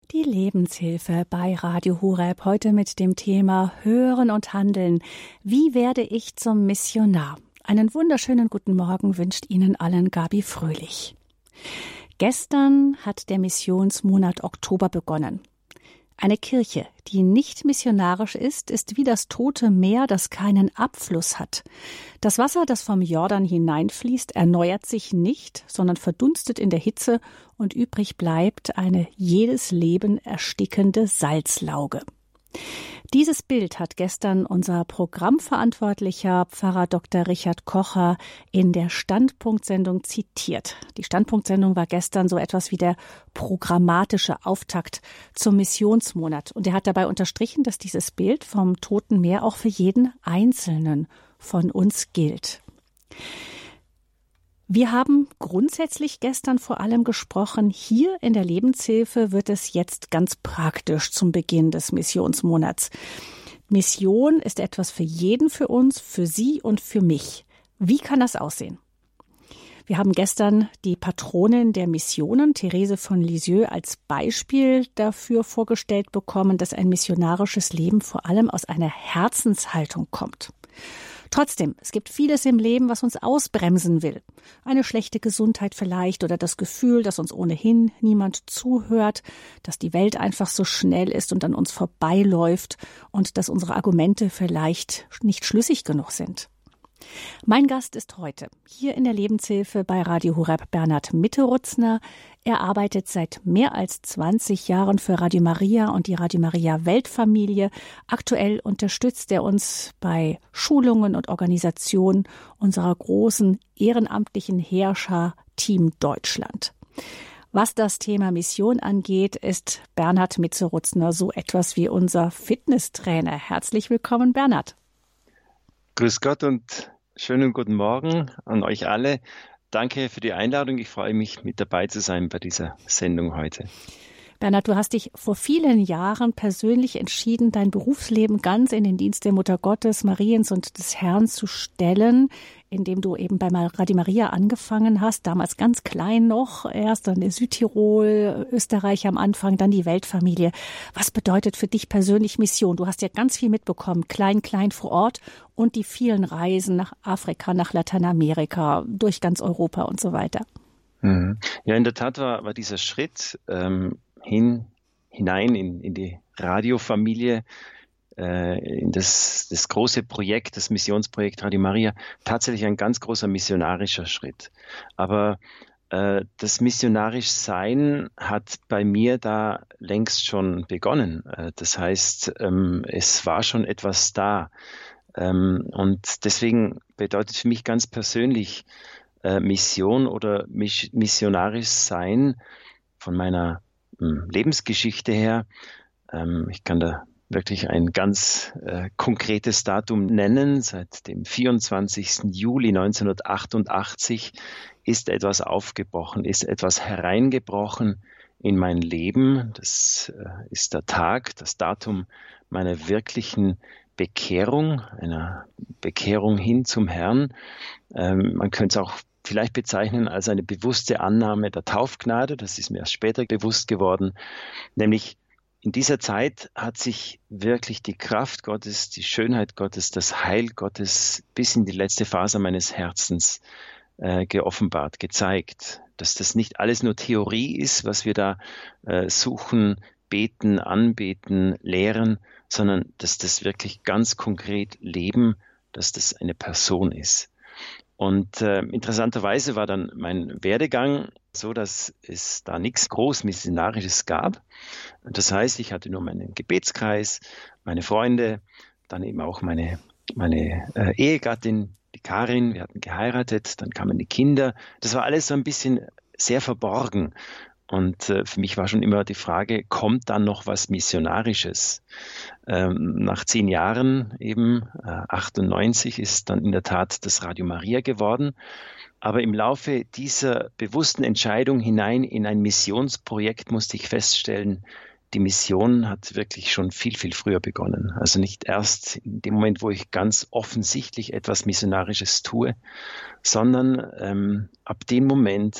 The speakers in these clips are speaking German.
Die Lebenshilfe bei Radio Horeb, heute mit dem Thema Hören und Handeln. Wie werde ich zum Missionar? Einen wunderschönen guten Morgen wünscht Ihnen allen Gabi Fröhlich. Gestern hat der Missionsmonat Oktober begonnen. Eine Kirche, die nicht missionarisch ist, ist wie das Tote Meer, das keinen Abfluss hat. Das Wasser, das vom Jordan hineinfließt, erneuert sich nicht, sondern verdunstet in der Hitze und übrig bleibt eine jedes Leben erstickende Salzlauge. Dieses Bild hat gestern unser Programmverantwortlicher Pfarrer Dr. Richard Kocher in der Standpunktsendung zitiert. Die Standpunktsendung war gestern so etwas wie der programmatische Auftakt zum Missionsmonat. Und er hat dabei unterstrichen, dass dieses Bild vom Toten Meer auch für jeden Einzelnen von uns gilt. Wir haben grundsätzlich gestern vor allem gesprochen, hier in der Lebenshilfe wird es jetzt ganz praktisch zum Beginn des Missionsmonats. Mission ist etwas für jeden, für uns, für Sie und für mich. Wie kann das aussehen? Wir haben gestern die Patronin der Missionen, Therese von Lisieux, als Beispiel dafür vorgestellt bekommen, dass ein missionarisches Leben vor allem aus einer Herzenshaltung kommt. Trotzdem, es gibt vieles im Leben, was uns ausbremsen will. Eine schlechte Gesundheit vielleicht oder das Gefühl, dass uns ohnehin niemand zuhört, dass die Welt einfach so schnell ist und an uns vorbeiläuft und dass unsere Argumente vielleicht nicht schlüssig genug sind. Mein Gast ist heute hier in der Lebenshilfe bei Radio Horeb Bernhard Mitterutzner. Er arbeitet seit mehr als 20 Jahren für Radio Maria und die Radio Maria Weltfamilie. Aktuell unterstützt er uns bei Schulungen und Organisationen unserer großen ehrenamtlichen Heerschar Team Deutschland. Was das Thema Mission angeht, ist Bernhard Mitterutzner so etwas wie unser Fitnesstrainer. Herzlich willkommen, Bernhard. Grüß Gott und schönen guten Morgen an euch alle. Danke für die Einladung. Ich freue mich, mit dabei zu sein bei dieser Sendung heute. Bernhard, du hast dich vor vielen Jahren persönlich entschieden, dein Berufsleben ganz in den Dienst der Mutter Gottes, Mariens und des Herrn zu stellen, indem du eben bei Radio Maria angefangen hast, damals ganz klein noch, erst dann in Südtirol, Österreich am Anfang, dann die Weltfamilie. Was bedeutet für dich persönlich Mission? Du hast ja ganz viel mitbekommen, klein vor Ort und die vielen Reisen nach Afrika, nach Lateinamerika, durch ganz Europa und so weiter. Ja, in der Tat war dieser Schritt hinein in die Radiofamilie, in das große Projekt, das Missionsprojekt Radio Maria, tatsächlich ein ganz großer missionarischer Schritt. Aber das missionarisch Sein hat bei mir da längst schon begonnen. Das heißt, es war schon etwas da. Und deswegen bedeutet für mich ganz persönlich Mission oder missionarisch Sein von meiner Lebensgeschichte her. Ich kann da wirklich ein ganz konkretes Datum nennen. Seit dem 24. Juli 1988 ist etwas aufgebrochen, ist etwas hereingebrochen in mein Leben. Das ist der Tag, das Datum meiner wirklichen Bekehrung, einer Bekehrung hin zum Herrn. Man könnte es auch vielleicht bezeichnen als eine bewusste Annahme der Taufgnade. Das ist mir erst später bewusst geworden. Nämlich in dieser Zeit hat sich wirklich die Kraft Gottes, die Schönheit Gottes, das Heil Gottes bis in die letzte Faser meines Herzens geoffenbart, gezeigt. Dass das nicht alles nur Theorie ist, was wir da suchen, beten, anbeten, lehren, sondern dass das wirklich ganz konkret leben, dass das eine Person ist. Und interessanterweise war dann mein Werdegang so, dass es da nichts groß Missionarisches gab. Das heißt, ich hatte nur meinen Gebetskreis, meine Freunde, dann eben auch meine Ehegattin, die Karin, wir hatten geheiratet, dann kamen die Kinder. Das war alles so ein bisschen sehr verborgen. Und für mich war schon immer die Frage, kommt dann noch was Missionarisches? Nach 10 Jahren eben, 98, ist dann in der Tat das Radio Maria geworden. Aber im Laufe dieser bewussten Entscheidung hinein in ein Missionsprojekt musste ich feststellen, die Mission hat wirklich schon viel früher begonnen. Also nicht erst in dem Moment, wo ich ganz offensichtlich etwas Missionarisches tue, sondern ab dem Moment,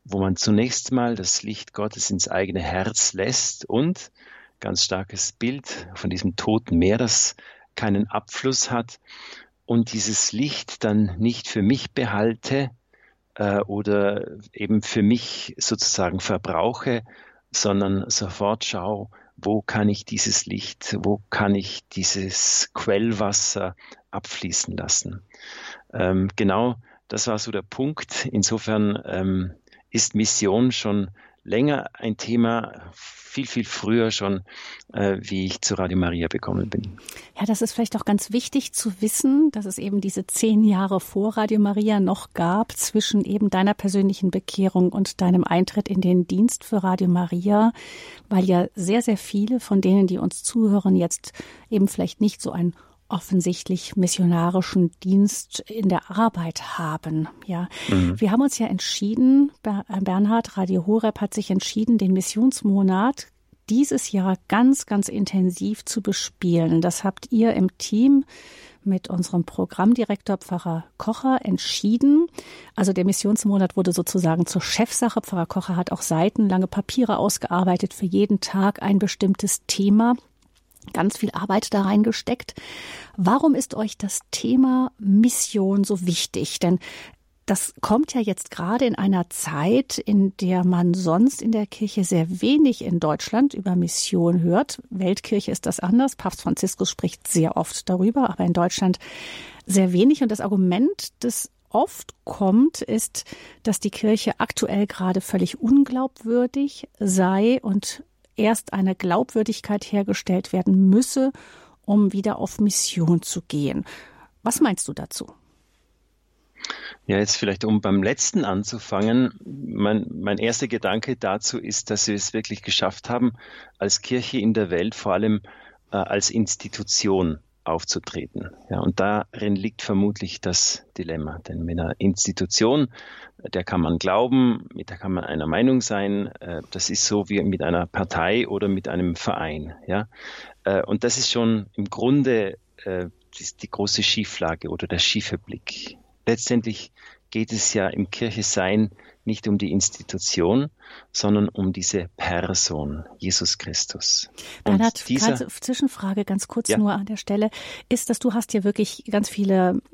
wo man zunächst mal das Licht Gottes ins eigene Herz lässt und ganz starkes Bild von diesem toten Meer, das keinen Abfluss hat und dieses Licht dann nicht für mich behalte oder eben für mich sozusagen verbrauche, sondern sofort schaue, wo kann ich dieses Licht, wo kann ich dieses Quellwasser abfließen lassen. Genau, das war so der Punkt. Insofern ist Mission schon länger ein Thema, viel, viel früher schon, wie ich zu Radio Maria gekommen bin. Ja, das ist vielleicht auch ganz wichtig zu wissen, dass es eben diese 10 Jahre vor Radio Maria noch gab, zwischen eben deiner persönlichen Bekehrung und deinem Eintritt in den Dienst für Radio Maria, weil ja sehr, sehr viele von denen, die uns zuhören, jetzt eben vielleicht nicht so einen offensichtlich missionarischen Dienst in der Arbeit haben. Ja, Wir haben uns ja entschieden, Bernhard, Radio Horeb hat sich entschieden, den Missionsmonat dieses Jahr ganz, ganz intensiv zu bespielen. Das habt ihr im Team mit unserem Programmdirektor Pfarrer Kocher entschieden. Also der Missionsmonat wurde sozusagen zur Chefsache. Pfarrer Kocher hat auch seitenlange Papiere ausgearbeitet, für jeden Tag ein bestimmtes Thema. Ganz viel Arbeit da reingesteckt. Warum ist euch das Thema Mission so wichtig? Denn das kommt ja jetzt gerade in einer Zeit, in der man sonst in der Kirche sehr wenig in Deutschland über Mission hört. Weltkirche ist das anders. Papst Franziskus spricht sehr oft darüber, aber in Deutschland sehr wenig. Und das Argument, das oft kommt, ist, dass die Kirche aktuell gerade völlig unglaubwürdig sei und erst eine Glaubwürdigkeit hergestellt werden müsse, um wieder auf Mission zu gehen. Was meinst du dazu? Ja, jetzt vielleicht, um beim Letzten anzufangen. Mein erster Gedanke dazu ist, dass wir es wirklich geschafft haben, als Kirche in der Welt vor allem als Institution aufzutreten. Ja, und darin liegt vermutlich das Dilemma. Denn mit einer Institution, der kann man glauben, mit der kann man einer Meinung sein. Das ist so wie mit einer Partei oder mit einem Verein. Ja, und das ist schon im Grunde die große Schieflage oder der schiefe Blick. Letztendlich geht es ja im Kirche-Sein nicht um die Institution, sondern um diese Person, Jesus Christus. Bernhard, Zwischenfrage ganz kurz nur an der Stelle, ist, dass du hast ja wirklich bist viel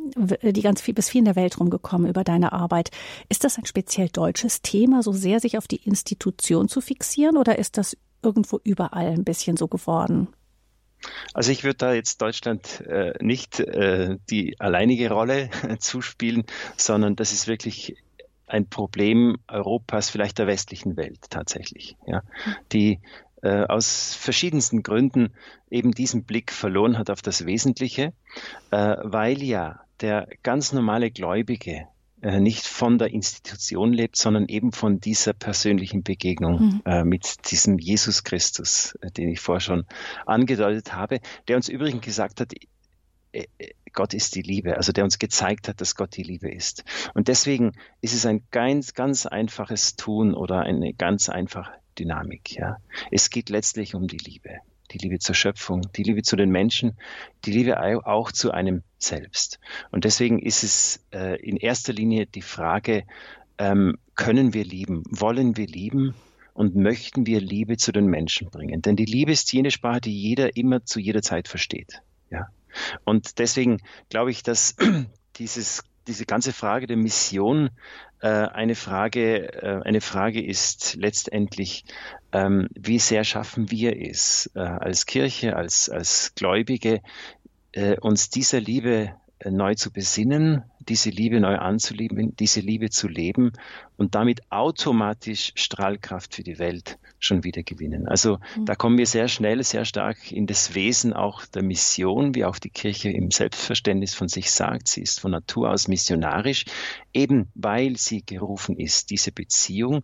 in der Welt rumgekommen über deine Arbeit. Ist das ein speziell deutsches Thema, so sehr sich auf die Institution zu fixieren, oder ist das irgendwo überall ein bisschen so geworden? Also ich würde da jetzt Deutschland nicht die alleinige Rolle zuspielen, sondern das ist wirklich ein Problem Europas, vielleicht der westlichen Welt tatsächlich, ja, die aus verschiedensten Gründen eben diesen Blick verloren hat auf das Wesentliche, weil ja der ganz normale Gläubige nicht von der Institution lebt, sondern eben von dieser persönlichen Begegnung mit diesem Jesus Christus, den ich vorher schon angedeutet habe, der uns übrigens gesagt hat, Gott ist die Liebe, also der uns gezeigt hat, dass Gott die Liebe ist. Und deswegen ist es ein ganz, ganz einfaches Tun oder eine ganz einfache Dynamik. Ja. Es geht letztlich um die Liebe zur Schöpfung, die Liebe zu den Menschen, die Liebe auch zu einem selbst. Und deswegen ist es in erster Linie die Frage, können wir lieben, wollen wir lieben und möchten wir Liebe zu den Menschen bringen? Denn die Liebe ist jene Sprache, die jeder immer zu jeder Zeit versteht. Ja. Und deswegen glaube ich, dass diese ganze Frage der Mission eine Frage ist letztendlich, wie sehr schaffen wir es als Kirche, als Gläubige, uns dieser Liebe neu zu besinnen, diese Liebe neu anzulieben, diese Liebe zu leben und damit automatisch Strahlkraft für die Welt schon wieder gewinnen. Also da kommen wir sehr schnell, sehr stark in das Wesen auch der Mission, wie auch die Kirche im Selbstverständnis von sich sagt. Sie ist von Natur aus missionarisch, eben weil sie gerufen ist, diese Beziehung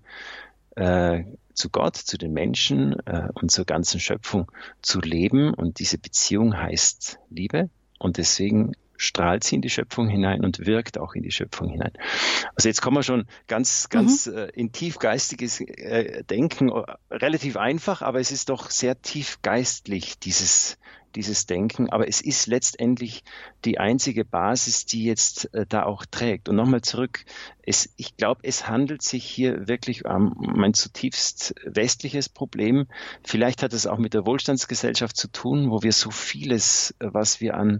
zu Gott, zu den Menschen und zur ganzen Schöpfung zu leben. Und diese Beziehung heißt Liebe und deswegen strahlt sie in die Schöpfung hinein und wirkt auch in die Schöpfung hinein. Also jetzt kommen wir schon ganz in tiefgeistiges Denken, relativ einfach, aber es ist doch sehr tiefgeistlich, dieses dieses Denken, aber es ist letztendlich die einzige Basis, die jetzt da auch trägt. Und nochmal zurück, ich glaube, es handelt sich hier wirklich um ein zutiefst westliches Problem. Vielleicht hat es auch mit der Wohlstandsgesellschaft zu tun, wo wir so vieles, was wir an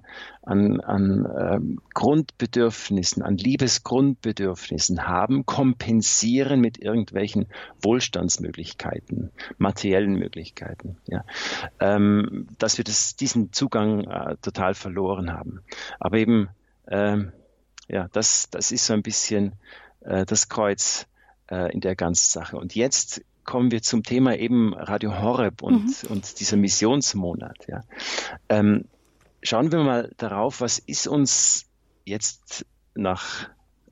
Grundbedürfnissen, an Liebesgrundbedürfnissen haben, kompensieren mit irgendwelchen Wohlstandsmöglichkeiten, materiellen Möglichkeiten. Ja. Dass wir diesen Zugang total verloren haben. Aber eben, das ist so ein bisschen das Kreuz in der ganzen Sache. Und jetzt kommen wir zum Thema eben Radio Horeb und dieser Missionsmonat. Ja. Schauen wir mal darauf, was ist uns jetzt nach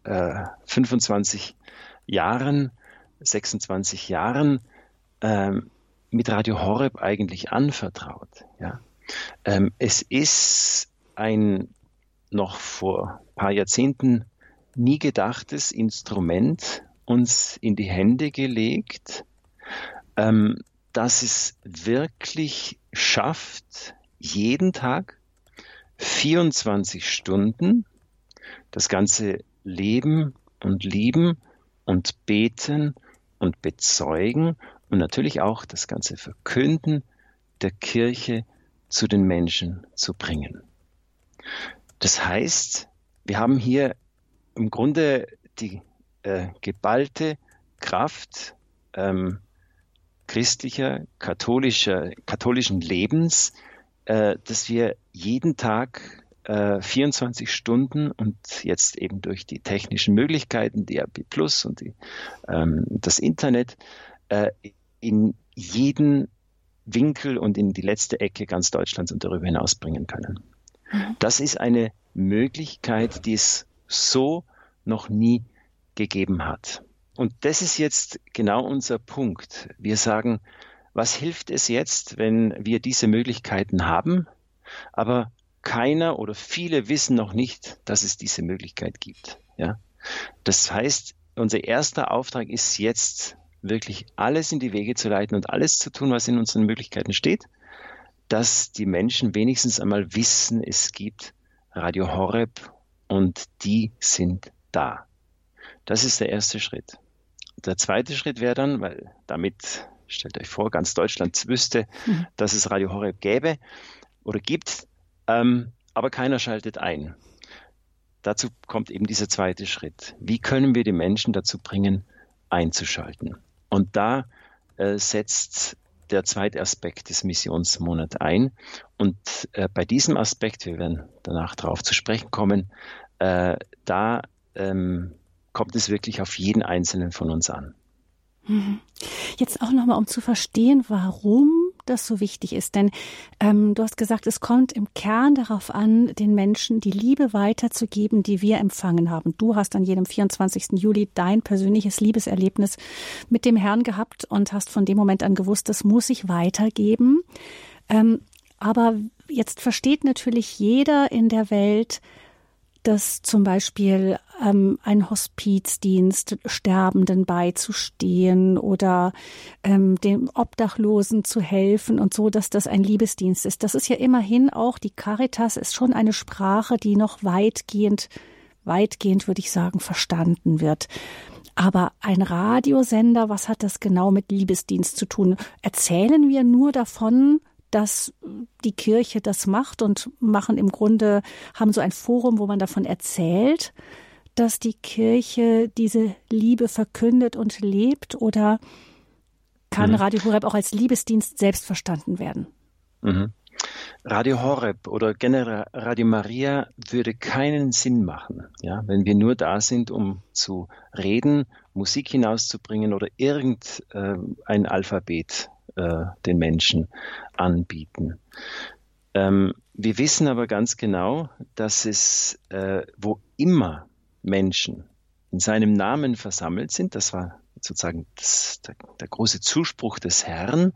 25 Jahren, 26 Jahren mit Radio Horeb eigentlich anvertraut. Ja. Es ist ein noch vor ein paar Jahrzehnten nie gedachtes Instrument uns in die Hände gelegt, dass es wirklich schafft, jeden Tag 24 Stunden das ganze Leben und Lieben und Beten und Bezeugen und natürlich auch das ganze Verkünden der Kirche zu den Menschen zu bringen. Das heißt, wir haben hier im Grunde die geballte Kraft katholischen Lebens, dass wir jeden Tag 24 Stunden und jetzt eben durch die technischen Möglichkeiten, DAB+ und das Internet, in jeden Winkel und in die letzte Ecke ganz Deutschlands und darüber hinaus bringen können. Das ist eine Möglichkeit, die es so noch nie gegeben hat. Und das ist jetzt genau unser Punkt. Wir sagen, was hilft es jetzt, wenn wir diese Möglichkeiten haben, aber keiner oder viele wissen noch nicht, dass es diese Möglichkeit gibt. Ja? Das heißt, unser erster Auftrag ist jetzt, wirklich alles in die Wege zu leiten und alles zu tun, was in unseren Möglichkeiten steht, dass die Menschen wenigstens einmal wissen, es gibt Radio Horeb und die sind da. Das ist der erste Schritt. Der zweite Schritt wäre dann, weil damit, stellt euch vor, ganz Deutschland wüsste, dass es Radio Horeb gäbe oder gibt, aber keiner schaltet ein. Dazu kommt eben dieser zweite Schritt. Wie können wir die Menschen dazu bringen, einzuschalten? Und da setzt der zweite Aspekt des Missionsmonats ein. Und bei diesem Aspekt, wir werden danach darauf zu sprechen kommen, da kommt es wirklich auf jeden Einzelnen von uns an. Jetzt auch nochmal, um zu verstehen, warum das so wichtig ist. Denn du hast gesagt, es kommt im Kern darauf an, den Menschen die Liebe weiterzugeben, die wir empfangen haben. Du hast an jedem 24. Juli dein persönliches Liebeserlebnis mit dem Herrn gehabt und hast von dem Moment an gewusst, das muss ich weitergeben. Aber jetzt versteht natürlich jeder in der Welt, dass zum Beispiel ein Hospizdienst Sterbenden beizustehen oder dem Obdachlosen zu helfen und so, dass das ein Liebesdienst ist. Das ist ja immerhin auch, die Caritas ist schon eine Sprache, die noch weitgehend würde ich sagen, verstanden wird. Aber ein Radiosender, was hat das genau mit Liebesdienst zu tun? Erzählen wir nur davon, dass die Kirche das macht und haben so ein Forum, wo man davon erzählt, dass die Kirche diese Liebe verkündet und lebt, oder kann Radio Horeb auch als Liebesdienst selbst verstanden werden? Radio Horeb oder generell Radio Maria würde keinen Sinn machen, ja, wenn wir nur da sind, um zu reden, Musik hinauszubringen oder irgendein Alphabet den Menschen anbieten. Wir wissen aber ganz genau, dass es, wo immer Menschen in seinem Namen versammelt sind, das war sozusagen der große Zuspruch des Herrn,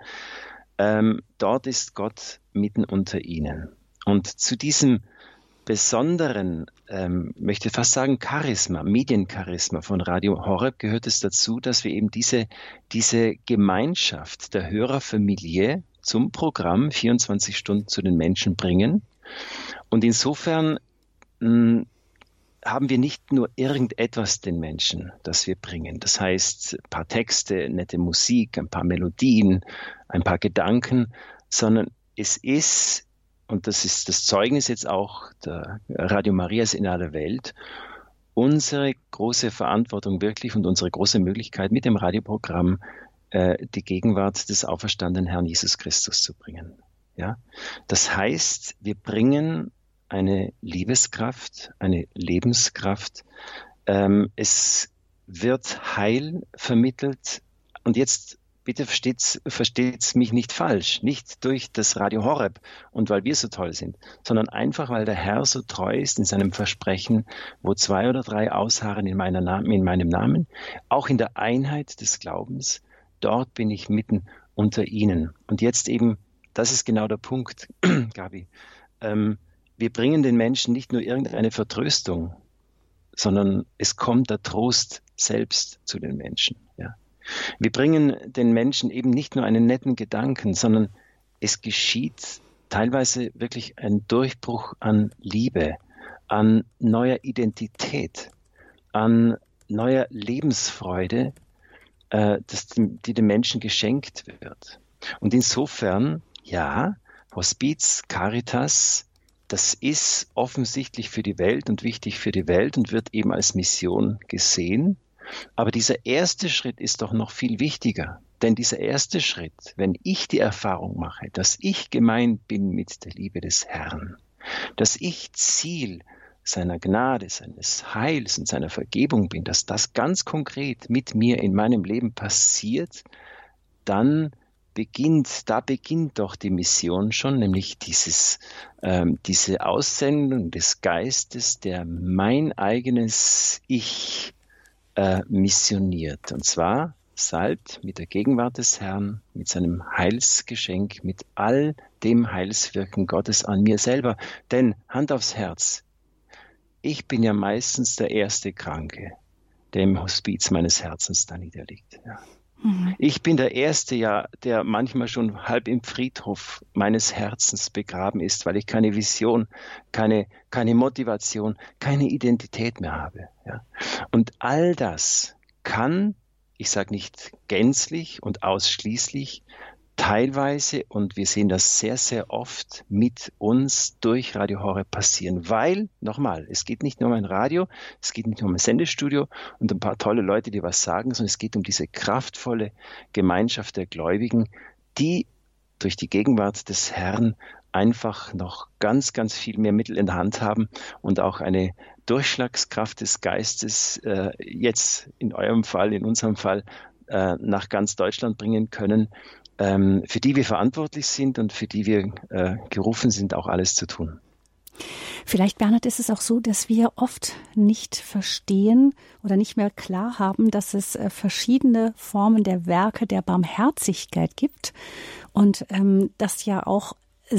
dort ist Gott mitten unter ihnen. Und zu diesem besonderen, möchte fast sagen Charisma, Mediencharisma von Radio Horeb gehört es dazu, dass wir eben diese Gemeinschaft der Hörerfamilie zum Programm 24 Stunden zu den Menschen bringen. Und insofern haben wir nicht nur irgendetwas den Menschen, das wir bringen. Das heißt, ein paar Texte, nette Musik, ein paar Melodien, ein paar Gedanken, sondern es ist, und das ist das Zeugnis jetzt auch der Radio Marias in aller Welt, unsere große Verantwortung wirklich und unsere große Möglichkeit mit dem Radioprogramm die Gegenwart des auferstandenen Herrn Jesus Christus zu bringen. Ja? Das heißt, wir bringen eine Liebeskraft, eine Lebenskraft. Es wird Heil vermittelt. Und jetzt bitte versteht's mich nicht falsch, nicht durch das Radio Horeb und weil wir so toll sind, sondern einfach, weil der Herr so treu ist in seinem Versprechen, wo 2 oder 3 ausharren in meinem Namen, auch in der Einheit des Glaubens, dort bin ich mitten unter ihnen. Und jetzt eben, das ist genau der Punkt, Gabi, wir bringen den Menschen nicht nur irgendeine Vertröstung, sondern es kommt der Trost selbst zu den Menschen. Ja. Wir bringen den Menschen eben nicht nur einen netten Gedanken, sondern es geschieht teilweise wirklich ein Durchbruch an Liebe, an neuer Identität, an neuer Lebensfreude, die dem Menschen geschenkt wird. Und insofern, ja, Hospiz, Caritas, das ist offensichtlich für die Welt und wichtig für die Welt und wird eben als Mission gesehen. Aber dieser erste Schritt ist doch noch viel wichtiger. Denn dieser erste Schritt, wenn ich die Erfahrung mache, dass ich gemeint bin mit der Liebe des Herrn, dass ich Ziel seiner Gnade, seines Heils und seiner Vergebung bin, dass das ganz konkret mit mir in meinem Leben passiert, dann beginnt doch die Mission schon, nämlich diese Aussendung des Geistes, der mein eigenes Ich missioniert. Und zwar salbt mit der Gegenwart des Herrn, mit seinem Heilsgeschenk, mit all dem Heilswirken Gottes an mir selber. Denn, Hand aufs Herz, ich bin ja meistens der erste Kranke, der im Hospiz meines Herzens da niederliegt. Ja. Ich bin der Erste, ja, der manchmal schon halb im Friedhof meines Herzens begraben ist, weil ich keine Vision, keine Motivation, keine Identität mehr habe. Ja. Und all das kann, ich sage nicht gänzlich und ausschließlich, teilweise, und wir sehen das sehr, sehr oft mit uns durch Radio Horeb passieren, weil, nochmal, es geht nicht nur um ein Radio, es geht nicht nur um ein Sendestudio und ein paar tolle Leute, die was sagen, sondern es geht um diese kraftvolle Gemeinschaft der Gläubigen, die durch die Gegenwart des Herrn einfach noch ganz, ganz viel mehr Mittel in der Hand haben und auch eine Durchschlagskraft des Geistes jetzt in eurem Fall, in unserem Fall, nach ganz Deutschland bringen können, für die wir verantwortlich sind und für die wir gerufen sind, auch alles zu tun. Vielleicht, Bernhard, ist es auch so, dass wir oft nicht verstehen oder nicht mehr klar haben, dass es verschiedene Formen der Werke der Barmherzigkeit gibt und dass ja auch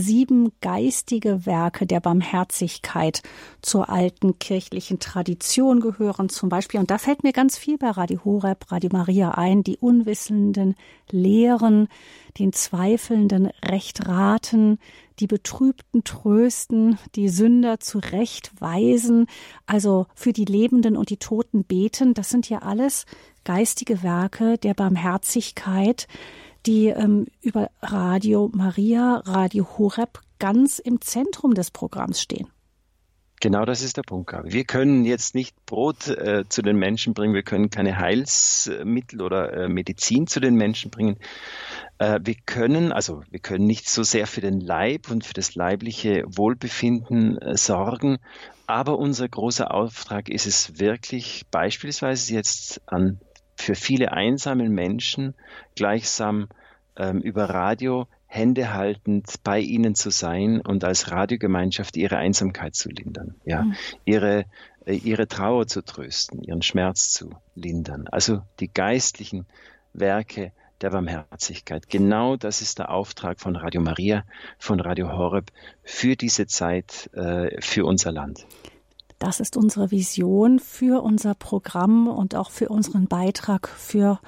7 geistige Werke der Barmherzigkeit zur alten kirchlichen Tradition gehören zum Beispiel. Und da fällt mir ganz viel bei Radio Horeb, Radio Maria ein, die Unwissenden lehren, den Zweifelnden Recht raten, die Betrübten trösten, die Sünder zurechtweisen, also für die Lebenden und die Toten beten. Das sind ja alles geistige Werke der Barmherzigkeit, die über Radio Maria, Radio Horeb ganz im Zentrum des Programms stehen. Genau, das ist der Punkt, Gabi. Wir können jetzt nicht Brot zu den Menschen bringen, wir können keine Heilsmittel oder Medizin zu den Menschen bringen. Wir können nicht so sehr für den Leib und für das leibliche Wohlbefinden sorgen, aber unser großer Auftrag ist es wirklich, beispielsweise jetzt für viele einsame Menschen gleichsam über Radio Hände haltend bei ihnen zu sein und als Radiogemeinschaft ihre Einsamkeit zu lindern, ja, ihre Trauer zu trösten, ihren Schmerz zu lindern. Also die geistlichen Werke der Barmherzigkeit. Genau das ist der Auftrag von Radio Maria, von Radio Horeb für diese Zeit, für unser Land. Das ist unsere Vision für unser Programm und auch für unseren Beitrag für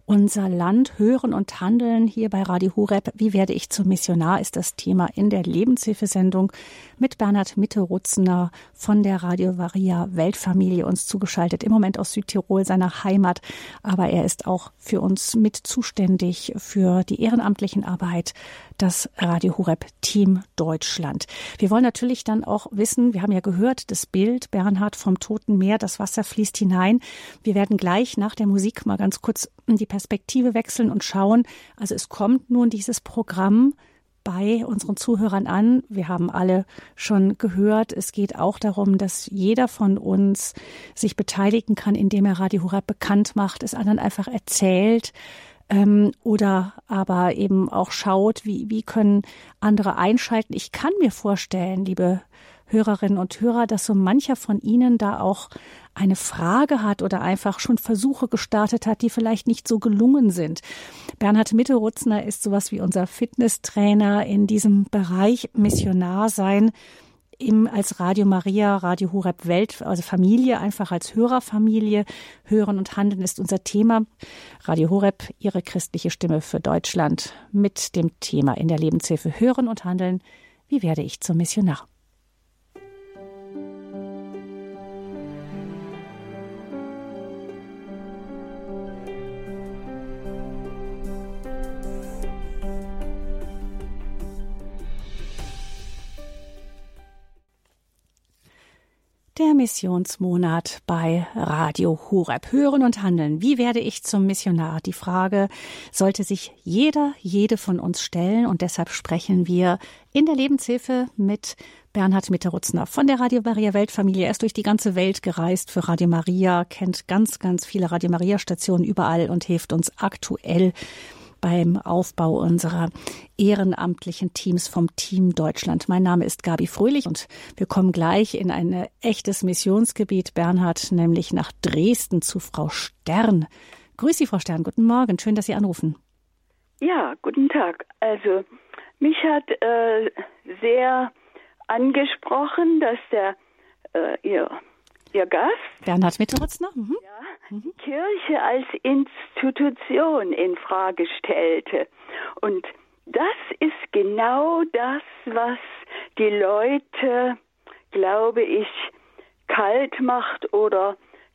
Unser Land hören und handeln hier bei Radio Horeb. Wie werde ich zum Missionar, ist das Thema in der Lebenshilfesendung mit Bernhard Mitte-Rutzner von der Radio Maria Weltfamilie uns zugeschaltet. Im Moment aus Südtirol, seiner Heimat. Aber er ist auch für uns mit zuständig für die ehrenamtlichen Arbeit, das Radio Horeb Team Deutschland. Wir wollen natürlich dann auch wissen, wir haben ja gehört, das Bild, Bernhard, vom Toten Meer, das Wasser fließt hinein. Wir werden gleich nach der Musik mal ganz kurz die Perspektive wechseln und schauen. Also es kommt nun dieses Programm bei unseren Zuhörern an. Wir haben alle schon gehört, es geht auch darum, dass jeder von uns sich beteiligen kann, indem er Radio Horeb bekannt macht, es anderen einfach erzählt oder aber eben auch schaut, wie können andere einschalten. Ich kann mir vorstellen, liebe Hörerinnen und Hörer, dass so mancher von Ihnen da auch eine Frage hat oder einfach schon Versuche gestartet hat, die vielleicht nicht so gelungen sind. Bernhard Mitte-Rutzner ist sowas wie unser Fitnesstrainer in diesem Bereich Missionar sein, als Radio Maria, Radio Horeb Welt, also Familie, einfach als Hörerfamilie. Hören und Handeln ist unser Thema. Radio Horeb, Ihre christliche Stimme für Deutschland mit dem Thema in der Lebenshilfe Hören und Handeln. Wie werde ich zum Missionar? Der Missionsmonat bei Radio Horeb. Hören und handeln. Wie werde ich zum Missionar? Die Frage sollte sich jede von uns stellen. Und deshalb sprechen wir in der Lebenshilfe mit Bernhard Mitte-Rutzner von der Radio Maria Weltfamilie. Er ist durch die ganze Welt gereist für Radio Maria, kennt ganz viele Radio Maria Stationen überall und hilft uns aktuell beim Aufbau unserer ehrenamtlichen Teams vom Team Deutschland. Mein Name ist Gabi Fröhlich und wir kommen gleich in ein echtes Missionsgebiet, Bernhard, nämlich nach Dresden zu Frau Stern. Grüß Sie, Frau Stern. Guten Morgen. Schön, dass Sie anrufen. Ja, guten Tag. Also mich hat sehr angesprochen, dass Ihr Gast, Bernhard Mitte-Rutzner, die Kirche als Institution in Frage stellte. Und das ist genau das, was die Leute, glaube ich, kalt macht oder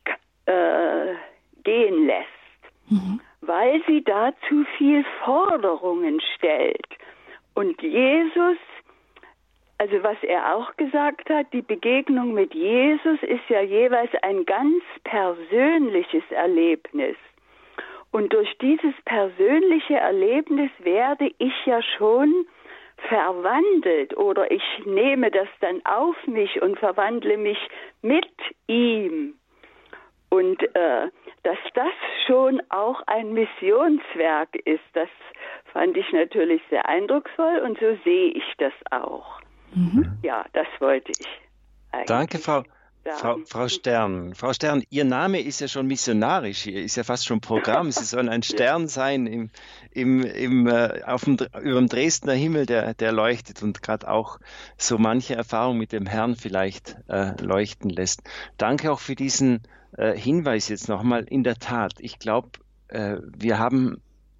gehen lässt, weil sie da zu viel Forderungen stellt. Und Jesus, also was er auch gesagt hat, die Begegnung mit Jesus ist ja jeweils ein ganz persönliches Erlebnis. Und durch dieses persönliche Erlebnis werde ich ja schon verwandelt oder ich nehme das dann auf mich und verwandle mich mit ihm. Und dass das schon auch ein Missionswerk ist, das fand ich natürlich sehr eindrucksvoll und so sehe ich das auch. Ja, das wollte ich eigentlich. Danke, Frau Stern. Frau Stern, Ihr Name ist ja schon missionarisch, hier ist ja fast schon Programm. Sie sollen ein Stern sein über dem Dresdner Himmel, der leuchtet und gerade auch so manche Erfahrung mit dem Herrn vielleicht leuchten lässt. Danke auch für diesen Hinweis jetzt nochmal. In der Tat, ich glaube, wir haben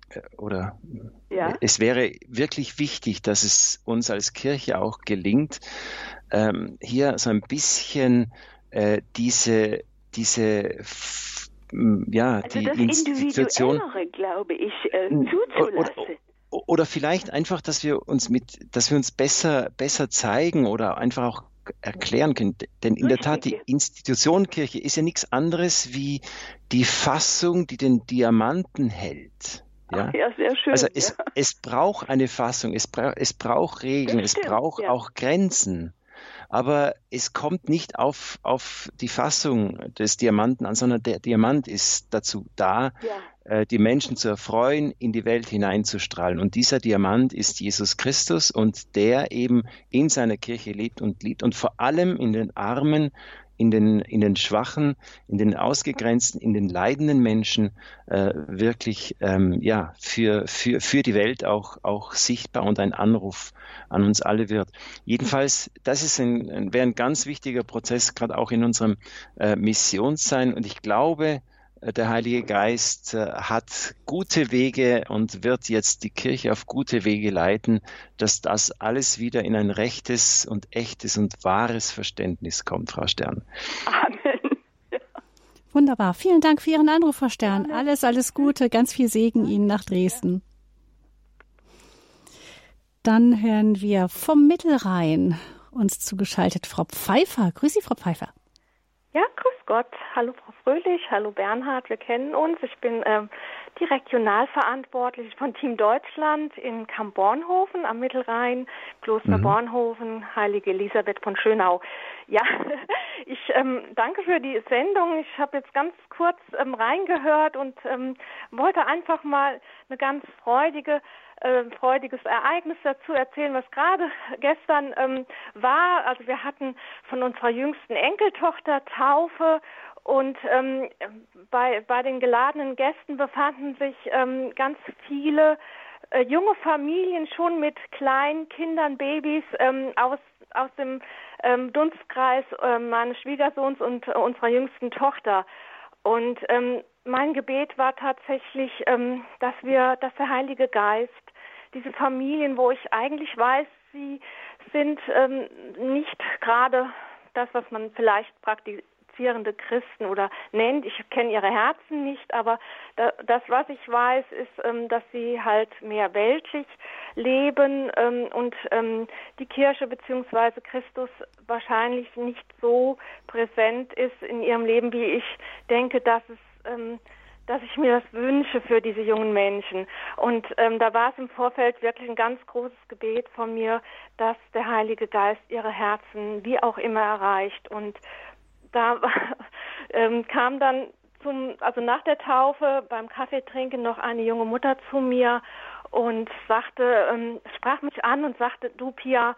es wäre wirklich wichtig, dass es uns als Kirche auch gelingt, hier so ein bisschen diese die Institution, glaube ich, zuzulassen. Oder vielleicht einfach, dass wir uns besser zeigen oder einfach auch erklären können. Denn in der Tat, die Institution Kirche ist ja nichts anderes wie die Fassung, die den Diamanten hält. Ja, sehr schön. Also es braucht eine Fassung, es braucht Regeln, es braucht auch Grenzen. Aber es kommt nicht auf die Fassung des Diamanten an, sondern der Diamant ist dazu da, die Menschen zu erfreuen, in die Welt hineinzustrahlen. Und dieser Diamant ist Jesus Christus und der eben in seiner Kirche lebt und liebt und vor allem in den Armen, in den Schwachen, in den Ausgegrenzten, in den leidenden Menschen wirklich für die Welt auch sichtbar und ein Anruf an uns alle wird. Jedenfalls, das wäre ein ganz wichtiger Prozess, gerade auch in unserem Missionssein. Und ich glaube, der Heilige Geist hat gute Wege und wird jetzt die Kirche auf gute Wege leiten, dass das alles wieder in ein rechtes und echtes und wahres Verständnis kommt, Frau Stern. Amen. Ja. Wunderbar. Vielen Dank für Ihren Anruf, Frau Stern. Alles Gute, ganz viel Segen Ihnen nach Dresden. Dann hören wir vom Mittelrhein uns zugeschaltet Frau Pfeiffer. Grüß Sie, Frau Pfeiffer. Ja, grüß Gott. Hallo Frau Fröhlich, hallo Bernhard, wir kennen uns. Ich bin die Regionalverantwortliche von Team Deutschland in Kamp-Bornhofen am Mittelrhein, Kloster Bornhofen, Heilige Elisabeth von Schönau. Ja, ich danke für die Sendung. Ich habe jetzt ganz kurz reingehört und wollte einfach mal eine ganz freudiges Ereignis dazu erzählen, was gerade gestern war. Also wir hatten von unserer jüngsten Enkeltochter Taufe und bei den geladenen Gästen befanden sich ganz viele junge Familien schon mit kleinen Kindern, Babys aus dem Dunstkreis meines Schwiegersohns und unserer jüngsten Tochter. Und mein Gebet war tatsächlich, dass der Heilige Geist diese Familien, wo ich eigentlich weiß, sie sind nicht gerade das, was man vielleicht praktizierende Christen oder nennt. Ich kenne ihre Herzen nicht, aber das, was ich weiß, ist, dass sie halt mehr weltlich leben und die Kirche bzw. Christus wahrscheinlich nicht so präsent ist in ihrem Leben, wie ich denke, dass ich mir das wünsche für diese jungen Menschen. Und da war es im Vorfeld wirklich ein ganz großes Gebet von mir, dass der Heilige Geist ihre Herzen wie auch immer erreicht. Und da kam dann nach der Taufe beim Kaffeetrinken noch eine junge Mutter zu mir und sprach mich an und sagte, du Pia,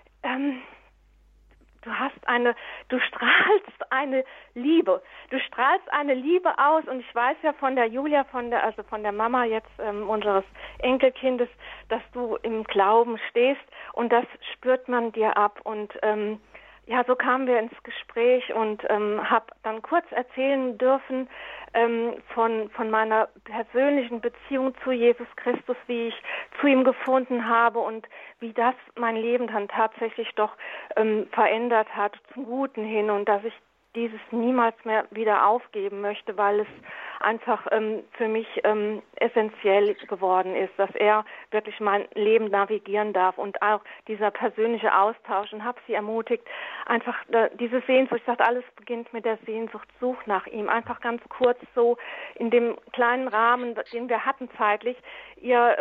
du strahlst eine Liebe. Du strahlst eine Liebe aus und ich weiß ja von der Julia, von der Mama jetzt unseres Enkelkindes, dass du im Glauben stehst und das spürt man dir ab und ja, so kamen wir ins Gespräch und habe dann kurz erzählen dürfen von meiner persönlichen Beziehung zu Jesus Christus, wie ich zu ihm gefunden habe und wie das mein Leben dann tatsächlich doch verändert hat zum Guten hin und dass ich dieses niemals mehr wieder aufgeben möchte, weil es einfach für mich essentiell geworden ist, dass er wirklich mein Leben navigieren darf und auch dieser persönliche Austausch und habe sie ermutigt, einfach diese Sehnsucht, ich sagte, alles beginnt mit der Sehnsucht, such nach ihm, einfach ganz kurz so in dem kleinen Rahmen, den wir hatten zeitlich, ihr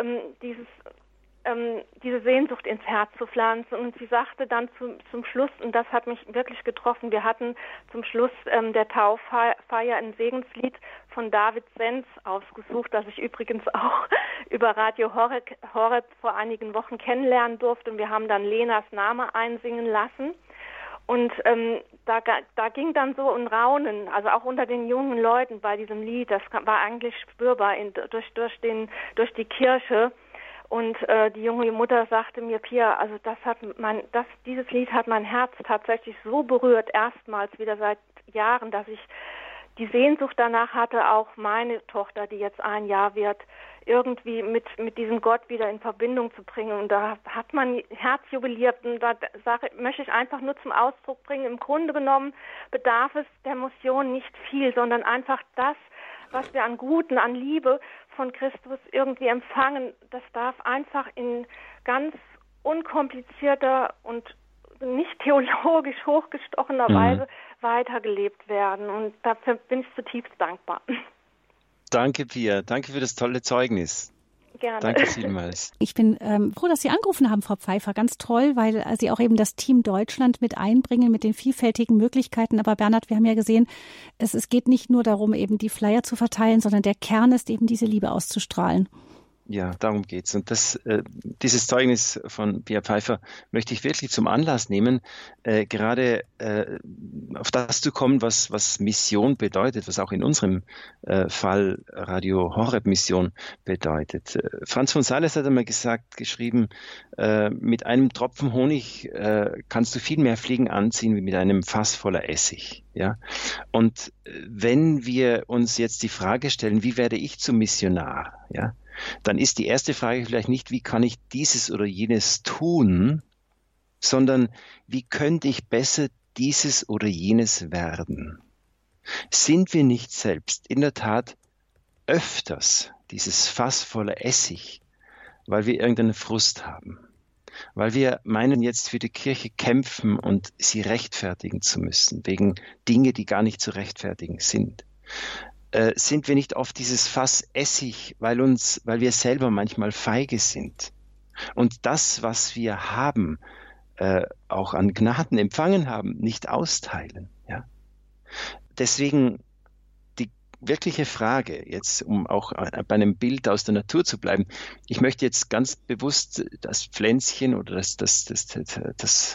diese Sehnsucht ins Herz zu pflanzen. Und sie sagte dann zum Schluss, und das hat mich wirklich getroffen, wir hatten zum Schluss der Tauffeier ein Segenslied von David Senz ausgesucht, das ich übrigens auch über Radio Horeb vor einigen Wochen kennenlernen durfte. Und wir haben dann Lenas Name einsingen lassen. Und da ging dann so ein Raunen, also auch unter den jungen Leuten bei diesem Lied, das war eigentlich spürbar durch die Kirche. Und die junge Mutter sagte mir, Pia, also dieses Lied hat mein Herz tatsächlich so berührt, erstmals wieder seit Jahren, dass ich die Sehnsucht danach hatte, auch meine Tochter, die jetzt 1 Jahr wird, irgendwie mit diesem Gott wieder in Verbindung zu bringen. Und da hat mein Herz jubiliert und da möchte ich einfach nur zum Ausdruck bringen, im Grunde genommen bedarf es der Mission nicht viel, sondern einfach das, was wir an Guten, an Liebe von Christus irgendwie empfangen, das darf einfach in ganz unkomplizierter und nicht theologisch hochgestochener Weise weitergelebt werden. Und dafür bin ich zutiefst dankbar. Danke, Pia. Danke für das tolle Zeugnis. Gerne. Danke vielmals. Ich bin froh, dass Sie angerufen haben, Frau Pfeiffer. Ganz toll, weil Sie auch eben das Team Deutschland mit einbringen, mit den vielfältigen Möglichkeiten. Aber Bernhard, wir haben ja gesehen, es geht nicht nur darum, eben die Flyer zu verteilen, sondern der Kern ist eben diese Liebe auszustrahlen. Ja, darum geht's. Und dieses Zeugnis von Pia Pfeiffer möchte ich wirklich zum Anlass nehmen, gerade auf das zu kommen, was Mission bedeutet, was auch in unserem Fall Radio Horeb Mission bedeutet. Franz von Sales hat einmal geschrieben, mit einem Tropfen Honig kannst du viel mehr Fliegen anziehen wie mit einem Fass voller Essig. Ja? Und wenn wir uns jetzt die Frage stellen, wie werde ich zum Missionar? Ja? Dann ist die erste Frage vielleicht nicht, wie kann ich dieses oder jenes tun, sondern wie könnte ich besser dieses oder jenes werden? Sind wir nicht selbst in der Tat öfters dieses Fass voller Essig, weil wir irgendeinen Frust haben, weil wir meinen, jetzt für die Kirche kämpfen und sie rechtfertigen zu müssen, wegen Dinge, die gar nicht zu rechtfertigen sind? Sind wir nicht oft dieses Fass Essig, weil wir selber manchmal feige sind und das, was wir haben, auch an Gnaden empfangen haben, nicht austeilen? Ja? Deswegen die wirkliche Frage, jetzt um auch bei einem Bild aus der Natur zu bleiben, ich möchte jetzt ganz bewusst das Pflänzchen oder das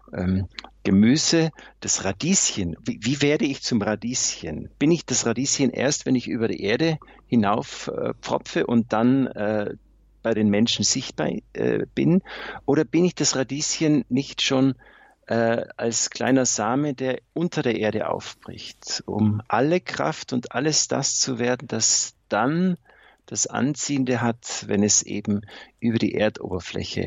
Gemüse, das Radieschen. Wie werde ich zum Radieschen? Bin ich das Radieschen erst, wenn ich über die Erde hinauf pfropfe und dann bei den Menschen sichtbar bin? Oder bin ich das Radieschen nicht schon als kleiner Same, der unter der Erde aufbricht, um alle Kraft und alles das zu werden, das dann das Anziehende hat, wenn es eben über die Erdoberfläche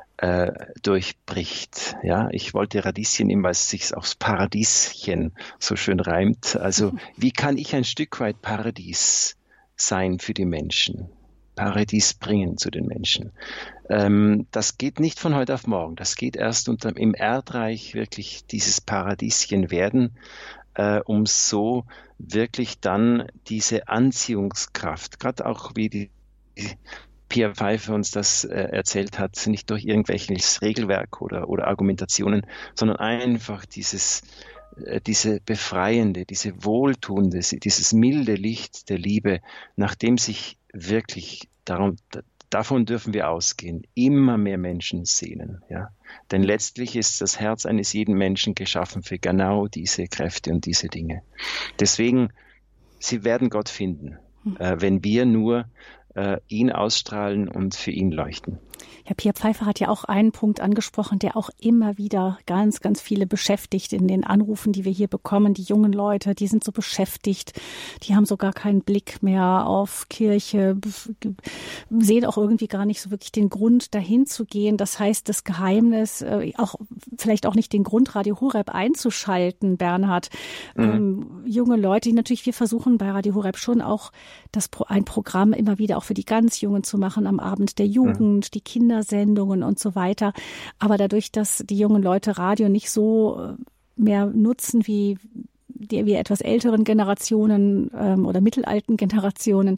durchbricht. Ja, ich wollte Radieschen nehmen, weil es sich aufs Paradieschen so schön reimt. Also wie kann ich ein Stück weit Paradies sein für die Menschen? Paradies bringen zu den Menschen. Das geht nicht von heute auf morgen. Das geht erst im Erdreich wirklich dieses Paradieschen werden, um so wirklich dann diese Anziehungskraft, gerade auch wie die Pia Pfeiffer uns das erzählt hat, nicht durch irgendwelches Regelwerk oder Argumentationen, sondern einfach diese befreiende, diese wohltuende, dieses milde Licht der Liebe, nach dem sich wirklich, davon dürfen wir ausgehen, immer mehr Menschen sehnen. Ja? Denn letztlich ist das Herz eines jeden Menschen geschaffen für genau diese Kräfte und diese Dinge. Deswegen, sie werden Gott finden, wenn wir nur ihn ausstrahlen und für ihn leuchten. Ja, Pia Pfeiffer hat ja auch einen Punkt angesprochen, der auch immer wieder ganz, ganz viele beschäftigt in den Anrufen, die wir hier bekommen. Die jungen Leute, die sind so beschäftigt, die haben so gar keinen Blick mehr auf Kirche, sehen auch irgendwie gar nicht so wirklich den Grund, dahin zu gehen. Das heißt, das Geheimnis, auch vielleicht auch nicht den Grund, Radio Horeb einzuschalten, Bernhard. Junge Leute, die natürlich, wir versuchen bei Radio Horeb schon auch ein Programm immer wieder auch für die ganz Jungen zu machen, am Abend der Jugend, die Kindersendungen und so weiter. Aber dadurch, dass die jungen Leute Radio nicht so mehr nutzen wie die etwas älteren Generationen oder mittelalten Generationen,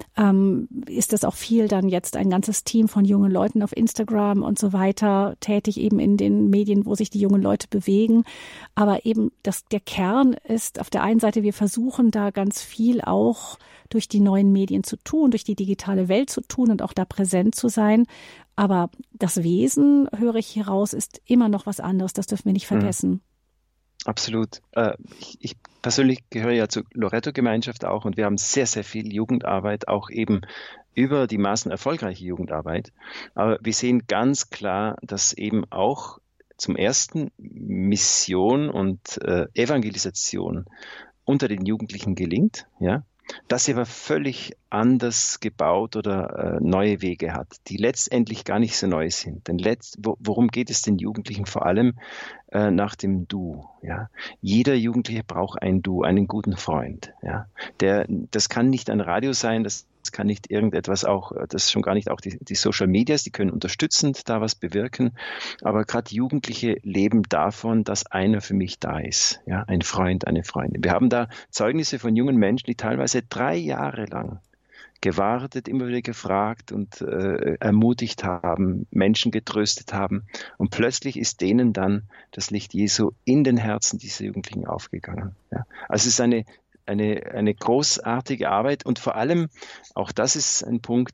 ist das auch viel dann jetzt ein ganzes Team von jungen Leuten auf Instagram und so weiter tätig, eben in den Medien, wo sich die jungen Leute bewegen. Aber eben der Kern ist auf der einen Seite, wir versuchen da ganz viel auch durch die neuen Medien zu tun, durch die digitale Welt zu tun und auch da präsent zu sein. Aber das Wesen, höre ich hier raus, ist immer noch was anderes. Das dürfen wir nicht vergessen. Absolut. Ich persönlich gehöre ja zur Loretto-Gemeinschaft auch und wir haben sehr, sehr viel Jugendarbeit, auch eben über die Maßen erfolgreiche Jugendarbeit. Aber wir sehen ganz klar, dass eben auch zum ersten Mission und Evangelisation unter den Jugendlichen gelingt, ja. Das aber völlig anders gebaut oder neue Wege hat, die letztendlich gar nicht so neu sind. Denn worum geht es den Jugendlichen vor allem nach dem Du? Ja? Jeder Jugendliche braucht ein Du, einen guten Freund. Ja? Das kann nicht ein Radio sein, das kann nicht irgendetwas auch, das schon gar nicht auch die Social Medias, die können unterstützend da was bewirken. Aber gerade Jugendliche leben davon, dass einer für mich da ist. Ja? Ein Freund, eine Freundin. Wir haben da Zeugnisse von jungen Menschen, die teilweise 3 Jahre lang gewartet, immer wieder gefragt und ermutigt haben, Menschen getröstet haben. Und plötzlich ist denen dann das Licht Jesu in den Herzen dieser Jugendlichen aufgegangen. Ja? Also es ist eine großartige Arbeit und vor allem, auch das ist ein Punkt,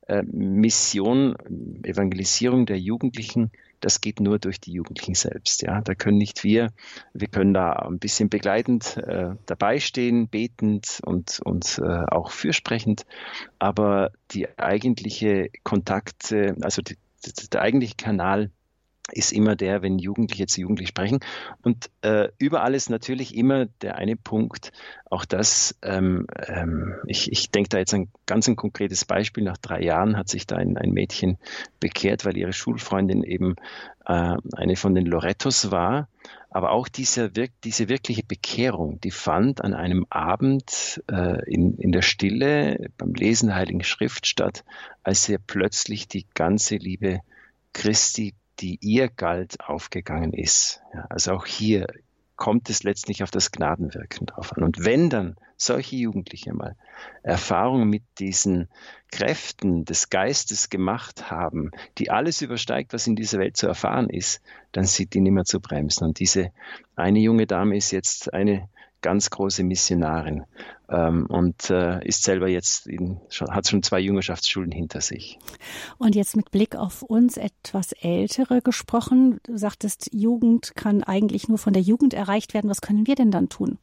Mission, Evangelisierung der Jugendlichen, das geht nur durch die Jugendlichen selbst. Ja, da können nicht wir können da ein bisschen begleitend dabei stehen, betend und auch fürsprechend, aber die eigentliche Kontakte, also der eigentliche Kanal ist immer der, wenn Jugendliche zu Jugendlichen sprechen. Und überall ist natürlich immer der eine Punkt, auch das, ich denke da jetzt an ganz ein konkretes Beispiel. Nach 3 Jahren hat sich da ein Mädchen bekehrt, weil ihre Schulfreundin eben eine von den Lorettos war. Aber auch diese wirkliche Bekehrung, die fand an einem Abend in der Stille beim Lesen der Heiligen Schrift statt, als ihr plötzlich die ganze Liebe Christi, die ihr galt, aufgegangen ist. Ja, also auch hier kommt es letztlich auf das Gnadenwirken drauf an. Und wenn dann solche Jugendliche mal Erfahrungen mit diesen Kräften des Geistes gemacht haben, die alles übersteigt, was in dieser Welt zu erfahren ist, dann sind die nicht mehr zu bremsen. Und diese eine junge Dame ist jetzt eine ganz große Missionarin und ist selber jetzt hat schon 2 Jüngerschaftsschulen hinter sich. Und jetzt mit Blick auf uns etwas Ältere gesprochen, du sagtest, Jugend kann eigentlich nur von der Jugend erreicht werden. Was können wir denn dann tun?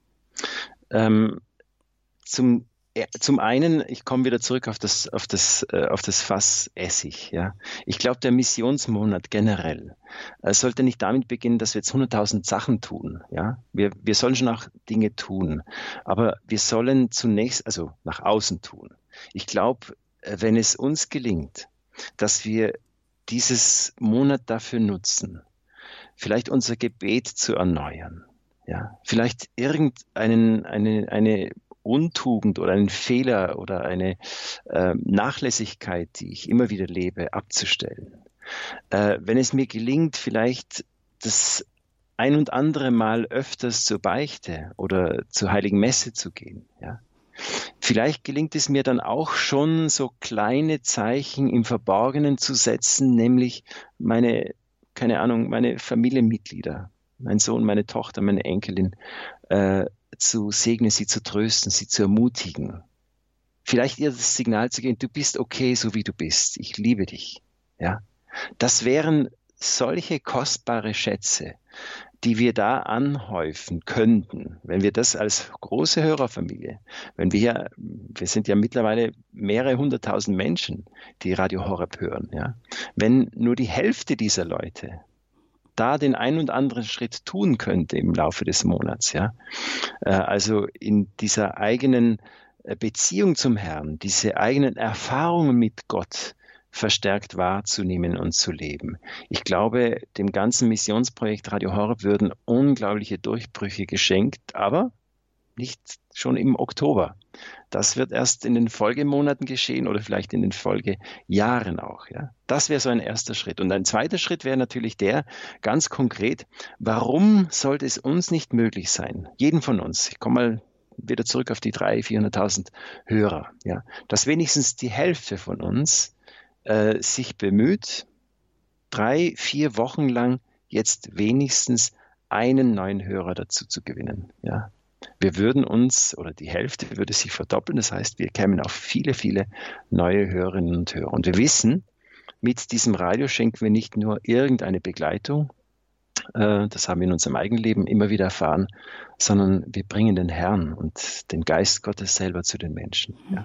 Zum einen, ich komme wieder zurück auf das Fass Essig. Ja. Ich glaube, der Missionsmonat generell sollte nicht damit beginnen, dass wir jetzt 100.000 Sachen tun. Ja. Wir sollen schon auch Dinge tun, aber wir sollen zunächst, also nach außen tun. Ich glaube, wenn es uns gelingt, dass wir dieses Monat dafür nutzen, vielleicht unser Gebet zu erneuern, ja, vielleicht eine Untugend oder einen Fehler oder eine Nachlässigkeit, die ich immer wieder lebe, abzustellen. Wenn es mir gelingt, vielleicht das ein und andere Mal öfters zur Beichte oder zur Heiligen Messe zu gehen, ja. Vielleicht gelingt es mir dann auch schon, so kleine Zeichen im Verborgenen zu setzen, nämlich meine Familienmitglieder, mein Sohn, meine Tochter, meine Enkelin, zu segnen, sie zu trösten, sie zu ermutigen. Vielleicht ihr das Signal zu geben, du bist okay, so wie du bist. Ich liebe dich. Ja? Das wären solche kostbare Schätze, die wir da anhäufen könnten, wenn wir das als große Hörerfamilie, wir sind ja mittlerweile mehrere 100.000 Menschen, die Radio Horeb hören. Ja? Wenn nur die Hälfte dieser Leute da den einen und anderen Schritt tun könnte im Laufe des Monats, ja. Also in dieser eigenen Beziehung zum Herrn, diese eigenen Erfahrungen mit Gott verstärkt wahrzunehmen und zu leben. Ich glaube, dem ganzen Missionsprojekt Radio Horeb würden unglaubliche Durchbrüche geschenkt, aber nicht schon im Oktober. Das wird erst in den Folgemonaten geschehen oder vielleicht in den Folgejahren auch. Ja. Das wäre so ein erster Schritt. Und ein zweiter Schritt wäre natürlich der, ganz konkret, warum sollte es uns nicht möglich sein, jeden von uns, ich komme mal wieder zurück auf die 300.000, 400.000 Hörer, ja, dass wenigstens die Hälfte von uns sich bemüht, 3-4 Wochen lang jetzt wenigstens einen neuen Hörer dazu zu gewinnen. Ja. Wir würden uns, oder die Hälfte würde sich verdoppeln, das heißt, wir kämen auf viele, viele neue Hörerinnen und Hörer. Und wir wissen, mit diesem Radio schenken wir nicht nur irgendeine Begleitung, das haben wir in unserem eigenen Leben immer wieder erfahren, sondern wir bringen den Herrn und den Geist Gottes selber zu den Menschen. Ja.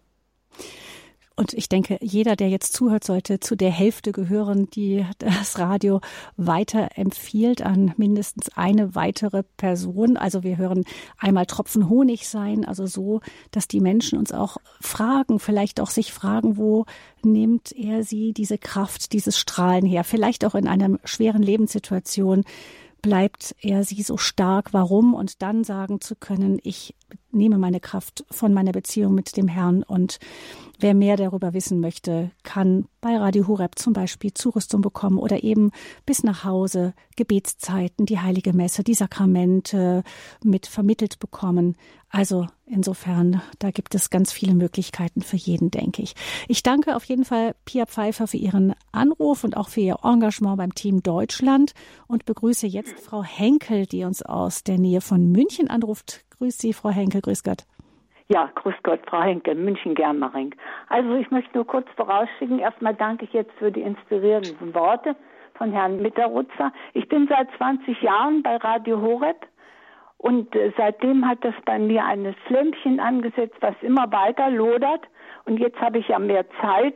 Und ich denke, jeder, der jetzt zuhört, sollte zu der Hälfte gehören, die das Radio weiterempfiehlt an mindestens eine weitere Person. Also wir hören einmal Tropfen Honig sein, also so, dass die Menschen uns auch fragen, vielleicht auch sich fragen, wo nimmt er sie diese Kraft, dieses Strahlen her? Vielleicht auch in einer schweren Lebenssituation bleibt er sie so stark, warum? Und dann sagen zu können, ich nehme meine Kraft von meiner Beziehung mit dem Herrn. Und wer mehr darüber wissen möchte, kann bei Radio Horeb zum Beispiel Zurüstung bekommen oder eben bis nach Hause Gebetszeiten, die Heilige Messe, die Sakramente mit vermittelt bekommen. Also insofern, da gibt es ganz viele Möglichkeiten für jeden, denke ich. Ich danke auf jeden Fall Pia Pfeiffer für ihren Anruf und auch für ihr Engagement beim Team Deutschland und begrüße jetzt Frau Henkel, die uns aus der Nähe von München anruft. Grüß Sie, Frau Henkel, grüß Gott. Ja, grüß Gott, Frau Henke, München-Germering. Also ich möchte nur kurz vorausschicken, erstmal danke ich jetzt für die inspirierenden Worte von Herrn Mitterrutzer. Ich bin seit 20 Jahren bei Radio Horeb und seitdem hat das bei mir ein Flämmchen angesetzt, was immer weiter lodert. Und jetzt habe ich ja mehr Zeit,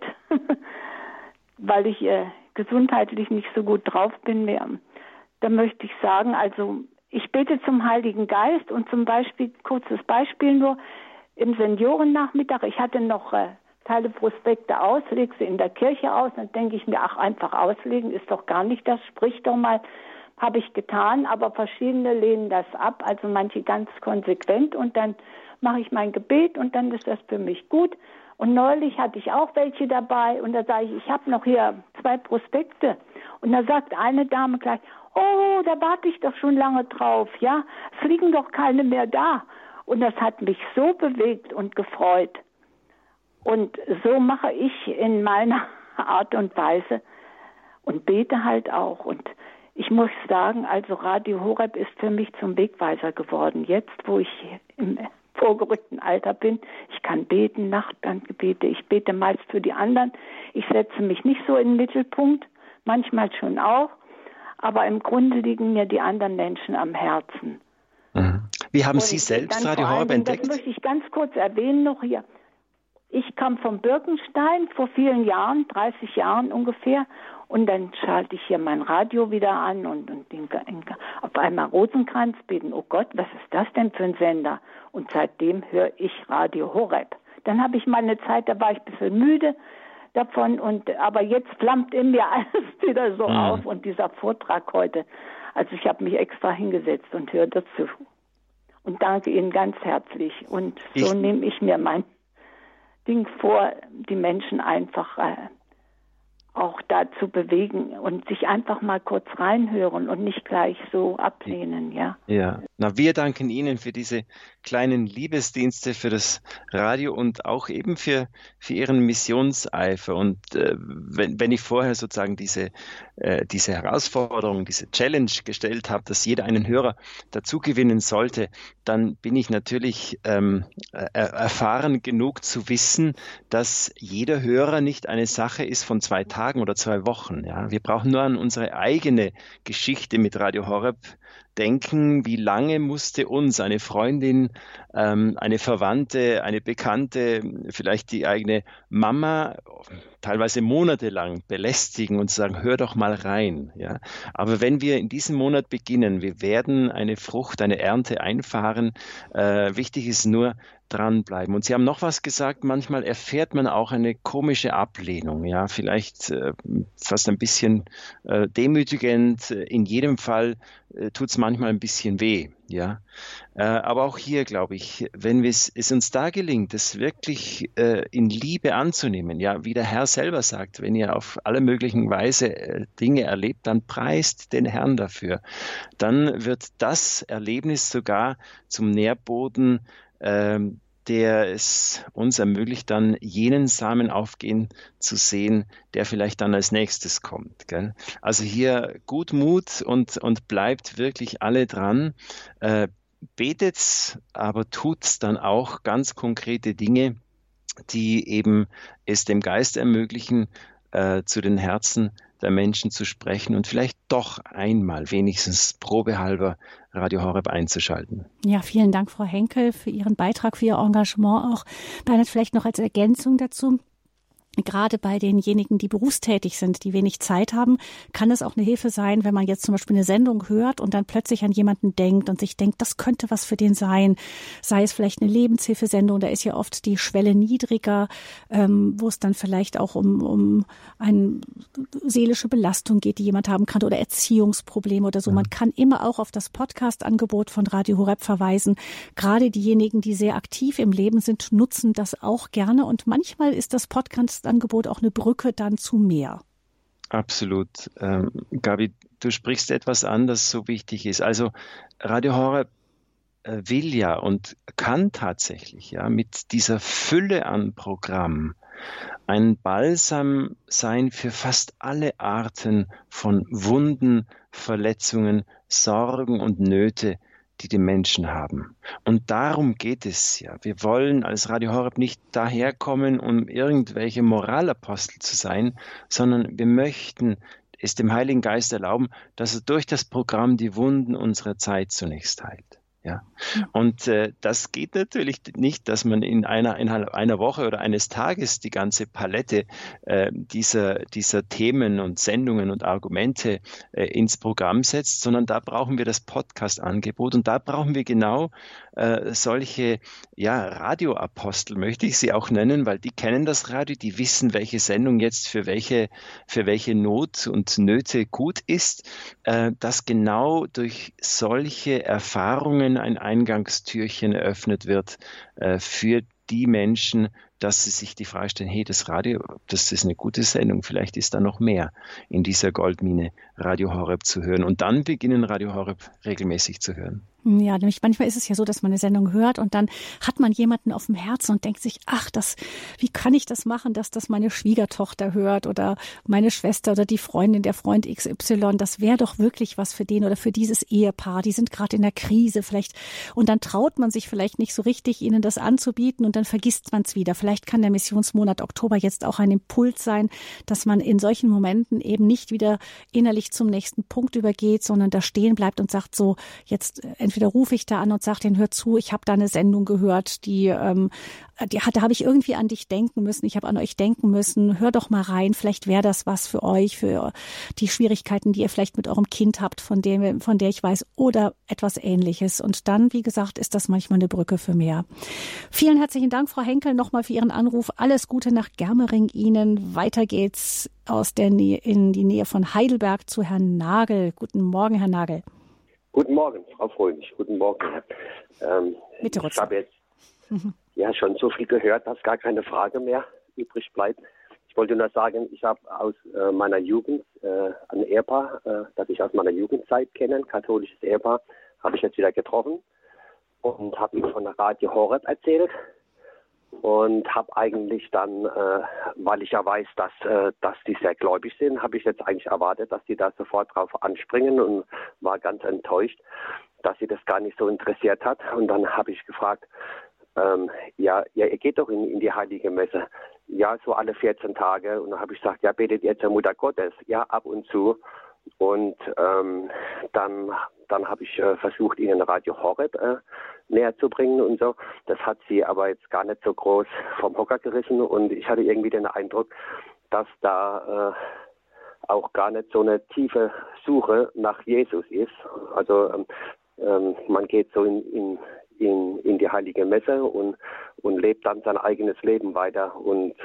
weil ich gesundheitlich nicht so gut drauf bin mehr. Da möchte ich sagen, also ich bete zum Heiligen Geist und zum Beispiel, kurzes Beispiel nur, im Seniorennachmittag, ich hatte noch Teile Prospekte aus, lege sie in der Kirche aus, dann denke ich mir, ach, einfach auslegen ist doch gar nicht das, sprich doch mal, habe ich getan, aber verschiedene lehnen das ab, also manche ganz konsequent und dann mache ich mein Gebet und dann ist das für mich gut. Und neulich hatte ich auch welche dabei und da sage ich habe noch hier 2 Prospekte und da sagt eine Dame gleich, oh, da warte ich doch schon lange drauf, ja, es liegen doch keine mehr da. Und das hat mich so bewegt und gefreut. Und so mache ich in meiner Art und Weise und bete halt auch. Und ich muss sagen, also Radio Horeb ist für mich zum Wegweiser geworden. Jetzt, wo ich im vorgerückten Alter bin, ich kann beten, Nachtgebete, ich bete meist für die anderen. Ich setze mich nicht so in den Mittelpunkt, manchmal schon auch, aber im Grunde liegen mir die anderen Menschen am Herzen. Wie haben Sie selbst Radio Horeb entdeckt? Das möchte ich ganz kurz erwähnen noch hier. Ich kam vom Birkenstein vor vielen Jahren, 30 Jahren ungefähr, und dann schalte ich hier mein Radio wieder an und auf einmal Rosenkranz beten, oh Gott, was ist das denn für ein Sender? Und seitdem höre ich Radio Horeb. Dann habe ich mal eine Zeit, da war ich ein bisschen müde davon, aber jetzt flammt in mir alles wieder so auf und dieser Vortrag heute, also ich habe mich extra hingesetzt und höre dazu. Und danke Ihnen ganz herzlich. Und so nehme ich mir mein Ding vor, die Menschen einfach auch dazu bewegen und sich einfach mal kurz reinhören und nicht gleich so ablehnen, ja. Ja, na, wir danken Ihnen für diese kleinen Liebesdienste, für das Radio und auch eben für Ihren Missionseifer. Und wenn ich vorher sozusagen diese Herausforderung, diese Challenge gestellt habe, dass jeder einen Hörer dazu gewinnen sollte, dann bin ich natürlich erfahren genug zu wissen, dass jeder Hörer nicht eine Sache ist von 2 Tagen oder 2 Wochen. Ja? Wir brauchen nur an unsere eigene Geschichte mit Radio Horeb denken, wie lange musste uns eine Freundin, eine Verwandte, eine Bekannte, vielleicht die eigene Mama, teilweise monatelang belästigen und sagen, hör doch mal rein. Ja? Aber wenn wir in diesem Monat beginnen, wir werden eine Frucht, eine Ernte einfahren. Wichtig ist nur, dranbleiben. Und Sie haben noch was gesagt, manchmal erfährt man auch eine komische Ablehnung, ja, vielleicht fast ein bisschen demütigend. In jedem Fall tut es manchmal ein bisschen weh, ja. Aber auch hier, glaube ich, wenn es uns da gelingt, es wirklich in Liebe anzunehmen, ja, wie der Herr selber sagt, wenn ihr auf alle möglichen Weise Dinge erlebt, dann preist den Herrn dafür. Dann wird das Erlebnis sogar zum Nährboden, der es uns ermöglicht, dann jenen Samen aufgehen zu sehen, der vielleicht dann als nächstes kommt. Gell? Also hier gut Mut und bleibt wirklich alle dran. Betet's, aber tut's dann auch ganz konkrete Dinge, die eben es dem Geist ermöglichen, zu den Herzen der Menschen zu sprechen und vielleicht doch einmal wenigstens probehalber Radio Horeb einzuschalten. Ja, vielen Dank, Frau Henkel, für Ihren Beitrag, für Ihr Engagement auch. Bernhard, vielleicht noch als Ergänzung dazu. Gerade bei denjenigen, die berufstätig sind, die wenig Zeit haben, kann es auch eine Hilfe sein, wenn man jetzt zum Beispiel eine Sendung hört und dann plötzlich an jemanden denkt und sich denkt, das könnte was für den sein. Sei es vielleicht eine Lebenshilfesendung, da ist ja oft die Schwelle niedriger, wo es dann vielleicht auch um eine seelische Belastung geht, die jemand haben kann oder Erziehungsprobleme oder so. Man kann immer auch auf das Podcast-Angebot von Radio Horeb verweisen. Gerade diejenigen, die sehr aktiv im Leben sind, nutzen das auch gerne und manchmal ist das Podcast-Angebot auch eine Brücke dann zu mehr. Absolut. Gabi, du sprichst etwas an, das so wichtig ist. Also Radio Horeb will ja und kann tatsächlich ja mit dieser Fülle an Programm ein Balsam sein für fast alle Arten von Wunden, Verletzungen, Sorgen und Nöte, die die Menschen haben. Und darum geht es ja. Wir wollen als Radio Horeb nicht daherkommen, um irgendwelche Moralapostel zu sein, sondern wir möchten es dem Heiligen Geist erlauben, dass er durch das Programm die Wunden unserer Zeit zunächst heilt. Ja. Und das geht natürlich nicht, dass man innerhalb einer Woche oder eines Tages die ganze Palette dieser Themen und Sendungen und Argumente ins Programm setzt, sondern da brauchen wir das Podcast-Angebot und da brauchen wir genau solche Radioapostel, möchte ich sie auch nennen, weil die kennen das Radio, die wissen, welche Sendung jetzt für welche Not und Nöte gut ist, dass genau durch solche Erfahrungen ein Eingangstürchen eröffnet wird für die Menschen, dass sie sich die Frage stellen, hey, das Radio, das ist eine gute Sendung, vielleicht ist da noch mehr in dieser Goldmine Radio Horeb zu hören. Und dann beginnen Radio Horeb regelmäßig zu hören. Ja, nämlich manchmal ist es ja so, dass man eine Sendung hört und dann hat man jemanden auf dem Herzen und denkt sich, wie kann ich das machen, dass das meine Schwiegertochter hört oder meine Schwester oder die Freundin, der Freund XY, das wäre doch wirklich was für den oder für dieses Ehepaar, die sind gerade in der Krise vielleicht und dann traut man sich vielleicht nicht so richtig, ihnen das anzubieten und dann vergisst man es wieder. Vielleicht kann der Missionsmonat Oktober jetzt auch ein Impuls sein, dass man in solchen Momenten eben nicht wieder innerlich zum nächsten Punkt übergeht, sondern da stehen bleibt und sagt so, jetzt entweder rufe ich da an und sage denen, hör zu, ich habe da eine Sendung gehört, da habe ich irgendwie an dich denken müssen, ich habe an euch denken müssen, hör doch mal rein, vielleicht wäre das was für euch, für die Schwierigkeiten, die ihr vielleicht mit eurem Kind habt, von der ich weiß, oder etwas Ähnliches. Und dann, wie gesagt, ist das manchmal eine Brücke für mehr. Vielen herzlichen Dank, Frau Henkel, nochmal für Ihren Anruf. Alles Gute nach Germering Ihnen. Weiter geht's aus der Nähe, in die Nähe von Heidelberg zu Herrn Nagel. Guten Morgen, Herr Nagel. Guten Morgen, Frau Fröhlich. Guten Morgen. Bitte, ich habe jetzt schon so viel gehört, dass gar keine Frage mehr übrig bleibt. Ich wollte nur sagen, ich habe aus meiner Jugend ein Ehepaar, das ich aus meiner Jugendzeit kenne, ein katholisches Ehepaar, habe ich jetzt wieder getroffen und habe ihm von Radio Horeb erzählt. Und habe eigentlich dann, weil ich ja weiß, dass die sehr gläubig sind, habe ich jetzt eigentlich erwartet, dass die da sofort drauf anspringen und war ganz enttäuscht, dass sie das gar nicht so interessiert hat. Und dann habe ich gefragt, ihr geht doch in die Heilige Messe. Ja, so alle 14 Tage. Und dann habe ich gesagt, ja, betet ihr zur Mutter Gottes? Ja, ab und zu. Und dann habe ich versucht, ihnen Radio Horeb näher zu bringen und so. Das hat sie aber jetzt gar nicht so groß vom Hocker gerissen und ich hatte irgendwie den Eindruck, dass da auch gar nicht so eine tiefe Suche nach Jesus ist. Also man geht so in die Heilige Messe und lebt dann sein eigenes Leben weiter und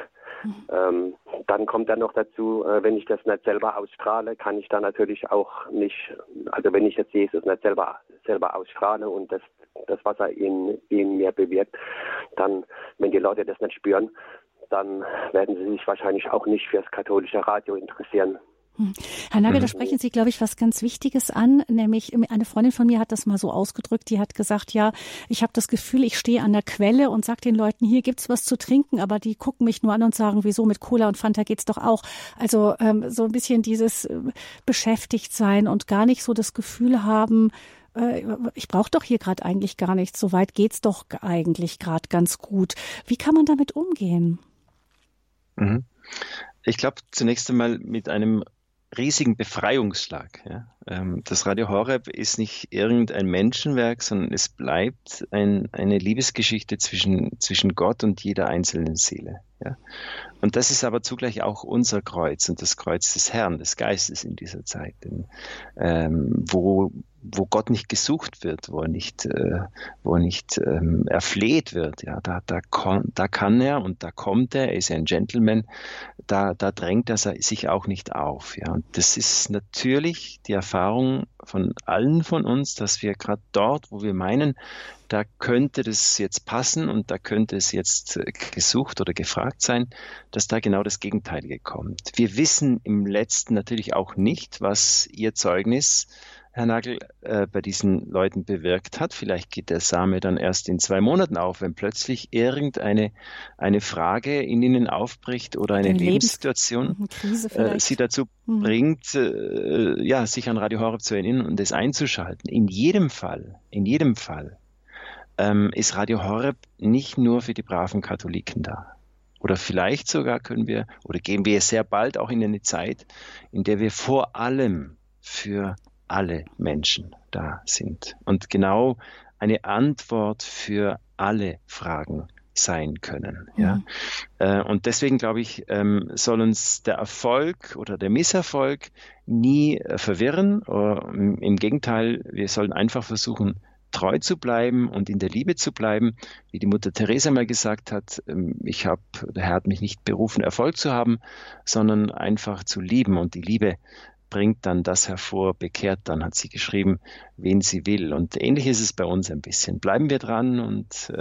dann kommt dann noch dazu, wenn ich das nicht selber ausstrahle, kann ich da natürlich auch nicht, also wenn ich jetzt Jesus nicht selber ausstrahle und das, was er in mir bewirkt, dann, wenn die Leute das nicht spüren, dann werden sie sich wahrscheinlich auch nicht fürs katholische Radio interessieren. Herr Nagel, da sprechen Sie, glaube ich, was ganz Wichtiges an, nämlich eine Freundin von mir hat das mal so ausgedrückt, die hat gesagt, ja, ich habe das Gefühl, ich stehe an der Quelle und sage den Leuten, hier gibt's was zu trinken, aber die gucken mich nur an und sagen, wieso, mit Cola und Fanta geht's doch auch. Also so ein bisschen dieses beschäftigt sein und gar nicht so das Gefühl haben, ich brauche doch hier gerade eigentlich gar nichts, so weit geht's doch eigentlich gerade ganz gut. Wie kann man damit umgehen? Ich glaube zunächst einmal mit einem riesigen Befreiungsschlag. Ja. Das Radio Horeb ist nicht irgendein Menschenwerk, sondern es bleibt eine Liebesgeschichte zwischen Gott und jeder einzelnen Seele. Ja. Und das ist aber zugleich auch unser Kreuz und das Kreuz des Herrn, des Geistes in dieser Zeit, wo Gott nicht gesucht wird, wo er nicht erfleht wird. Ja, da kann er und da kommt er ist ja ein Gentleman, da drängt er sich auch nicht auf. Ja, und das ist natürlich die Erfahrung von allen von uns, dass wir gerade dort, wo wir meinen, da könnte das jetzt passen und da könnte es jetzt gesucht oder gefragt sein, dass da genau das Gegenteilige kommt. Wir wissen im Letzten natürlich auch nicht, was Ihr Zeugnis Herr Nagel, bei diesen Leuten bewirkt hat. Vielleicht geht der Same dann erst in 2 Monaten auf, wenn plötzlich irgendeine Frage in ihnen aufbricht oder eine Lebenssituation sie dazu bringt, sich an Radio Horeb zu erinnern und es einzuschalten. In jedem Fall ist Radio Horeb nicht nur für die braven Katholiken da. Oder vielleicht sogar gehen wir sehr bald auch in eine Zeit, in der wir vor allem für alle Menschen da sind und genau eine Antwort für alle Fragen sein können. Ja? Und deswegen glaube ich, soll uns der Erfolg oder der Misserfolg nie verwirren. Im Gegenteil, wir sollen einfach versuchen, treu zu bleiben und in der Liebe zu bleiben, wie die Mutter Teresa mal gesagt hat, der Herr hat mich nicht berufen, Erfolg zu haben, sondern einfach zu lieben, und die Liebe bringt dann das hervor, bekehrt dann, hat sie geschrieben, wen sie will. Und ähnlich ist es bei uns ein bisschen. Bleiben wir dran und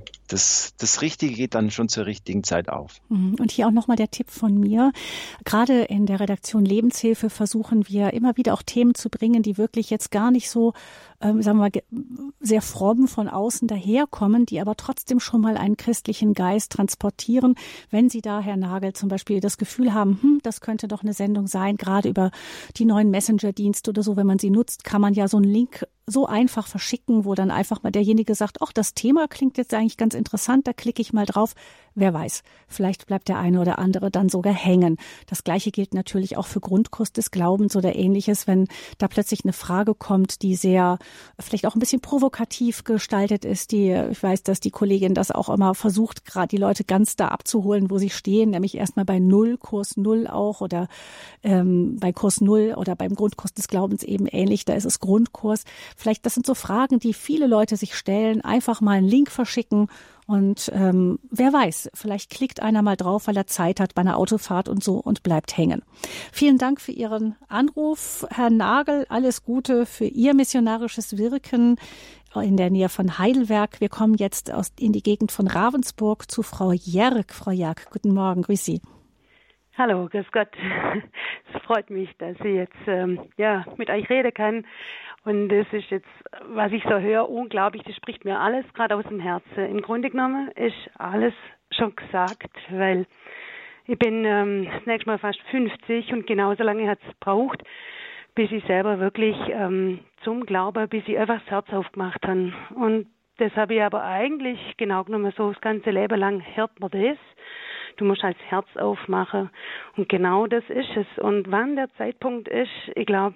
das Richtige geht dann schon zur richtigen Zeit auf. Und hier auch nochmal der Tipp von mir. Gerade in der Redaktion Lebenshilfe versuchen wir immer wieder auch Themen zu bringen, die wirklich jetzt gar nicht so, sagen wir mal, sehr fromm von außen daherkommen, die aber trotzdem schon mal einen christlichen Geist transportieren. Wenn Sie da, Herr Nagel, zum Beispiel das Gefühl haben, das könnte doch eine Sendung sein, gerade über die neuen Messenger-Dienste oder so, wenn man sie nutzt, kann man ja so einen Link so einfach verschicken, wo dann einfach mal derjenige sagt, das Thema klingt jetzt eigentlich ganz interessant, da klicke ich mal drauf. Wer weiß, vielleicht bleibt der eine oder andere dann sogar hängen. Das Gleiche gilt natürlich auch für Grundkurs des Glaubens oder Ähnliches, wenn da plötzlich eine Frage kommt, die sehr, vielleicht auch ein bisschen provokativ gestaltet ist. Ich weiß, dass die Kollegin das auch immer versucht, gerade die Leute ganz da abzuholen, wo sie stehen, nämlich erstmal bei Null, Kurs Null auch oder bei Kurs Null oder beim Grundkurs des Glaubens eben ähnlich, da ist es Grundkurs. Vielleicht, das sind so Fragen, die viele Leute sich stellen, einfach mal einen Link verschicken und wer weiß, vielleicht klickt einer mal drauf, weil er Zeit hat bei einer Autofahrt und so und bleibt hängen. Vielen Dank für Ihren Anruf, Herr Nagel. Alles Gute für Ihr missionarisches Wirken in der Nähe von Heidelberg. Wir kommen jetzt in die Gegend von Ravensburg zu Frau Jerk. Frau Jerk, guten Morgen, grüß Sie. Hallo, grüß Gott. Es freut mich, dass ich jetzt mit euch reden kann. Und das ist jetzt, was ich so höre, unglaublich, das spricht mir alles gerade aus dem Herzen. Im Grunde genommen ist alles schon gesagt, weil ich bin das nächste Mal fast 50 und genauso lange hat es gebraucht, bis ich selber wirklich zum Glauben, bis ich einfach das Herz aufgemacht habe. Und das habe ich aber eigentlich genau genommen so das ganze Leben lang, hört man das. Du musst halt das Herz aufmachen. Und genau das ist es. Und wann der Zeitpunkt ist, ich glaube,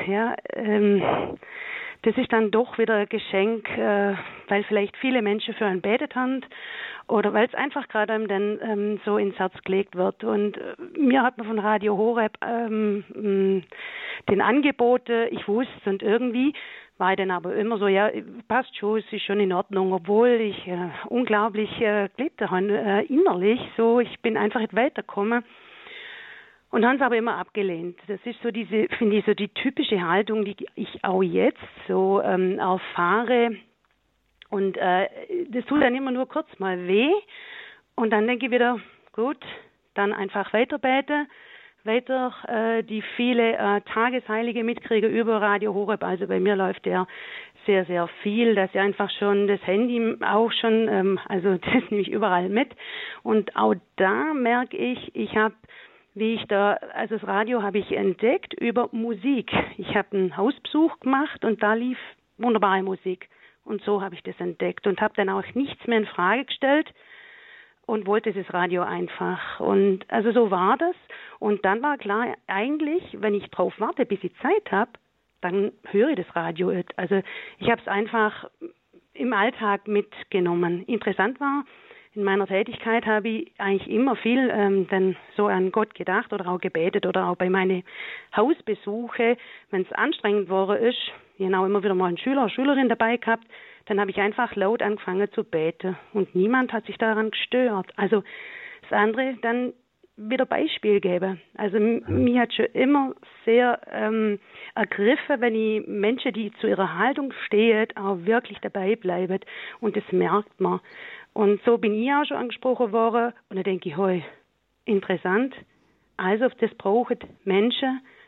das ist dann doch wieder ein Geschenk, weil vielleicht viele Menschen für einen betet haben oder weil es einfach gerade einem dann so ins Herz gelegt wird. Und mir hat man von Radio Horeb den angeboten, ich wusste es, und irgendwie war ich dann aber immer so, ja, passt schon, es ist schon in Ordnung, obwohl ich unglaublich gelitten habe, innerlich so, ich bin einfach nicht weitergekommen und habe es aber immer abgelehnt. Das ist so finde ich, so die typische Haltung, die ich auch jetzt so erfahre, und das tut dann immer nur kurz mal weh und dann denke ich wieder, gut, dann einfach weiterbeten, weiter die viele Tagesheilige mitkriege über Radio Horeb. Also bei mir läuft ja sehr, sehr viel, dass ich einfach schon das Handy auch schon, also das nehme ich überall mit. Und auch da merke ich habe, also das Radio habe ich entdeckt über Musik. Ich habe einen Hausbesuch gemacht und da lief wunderbare Musik. Und so habe ich das entdeckt und habe dann auch nichts mehr in Frage gestellt und wollte das Radio einfach. Und also so war das. Und dann war klar, eigentlich, wenn ich drauf warte, bis ich Zeit habe, dann höre ich das Radio. Also ich habe es einfach im Alltag mitgenommen. Interessant war, in meiner Tätigkeit habe ich eigentlich immer viel dann so an Gott gedacht oder auch gebetet oder auch bei meinen Hausbesuche, wenn es anstrengend war, ist, genau immer wieder mal einen Schüler oder Schülerin dabei gehabt, dann habe ich einfach laut angefangen zu beten und niemand hat sich daran gestört. Also das andere dann wieder Beispiel geben. Also mich hat schon immer sehr ergriffen, wenn ich Menschen, die zu ihrer Haltung stehen, auch wirklich dabei bleiben und das merkt man. Und so bin ich auch schon angesprochen worden und da denke ich, interessant, also das brauchen Menschen,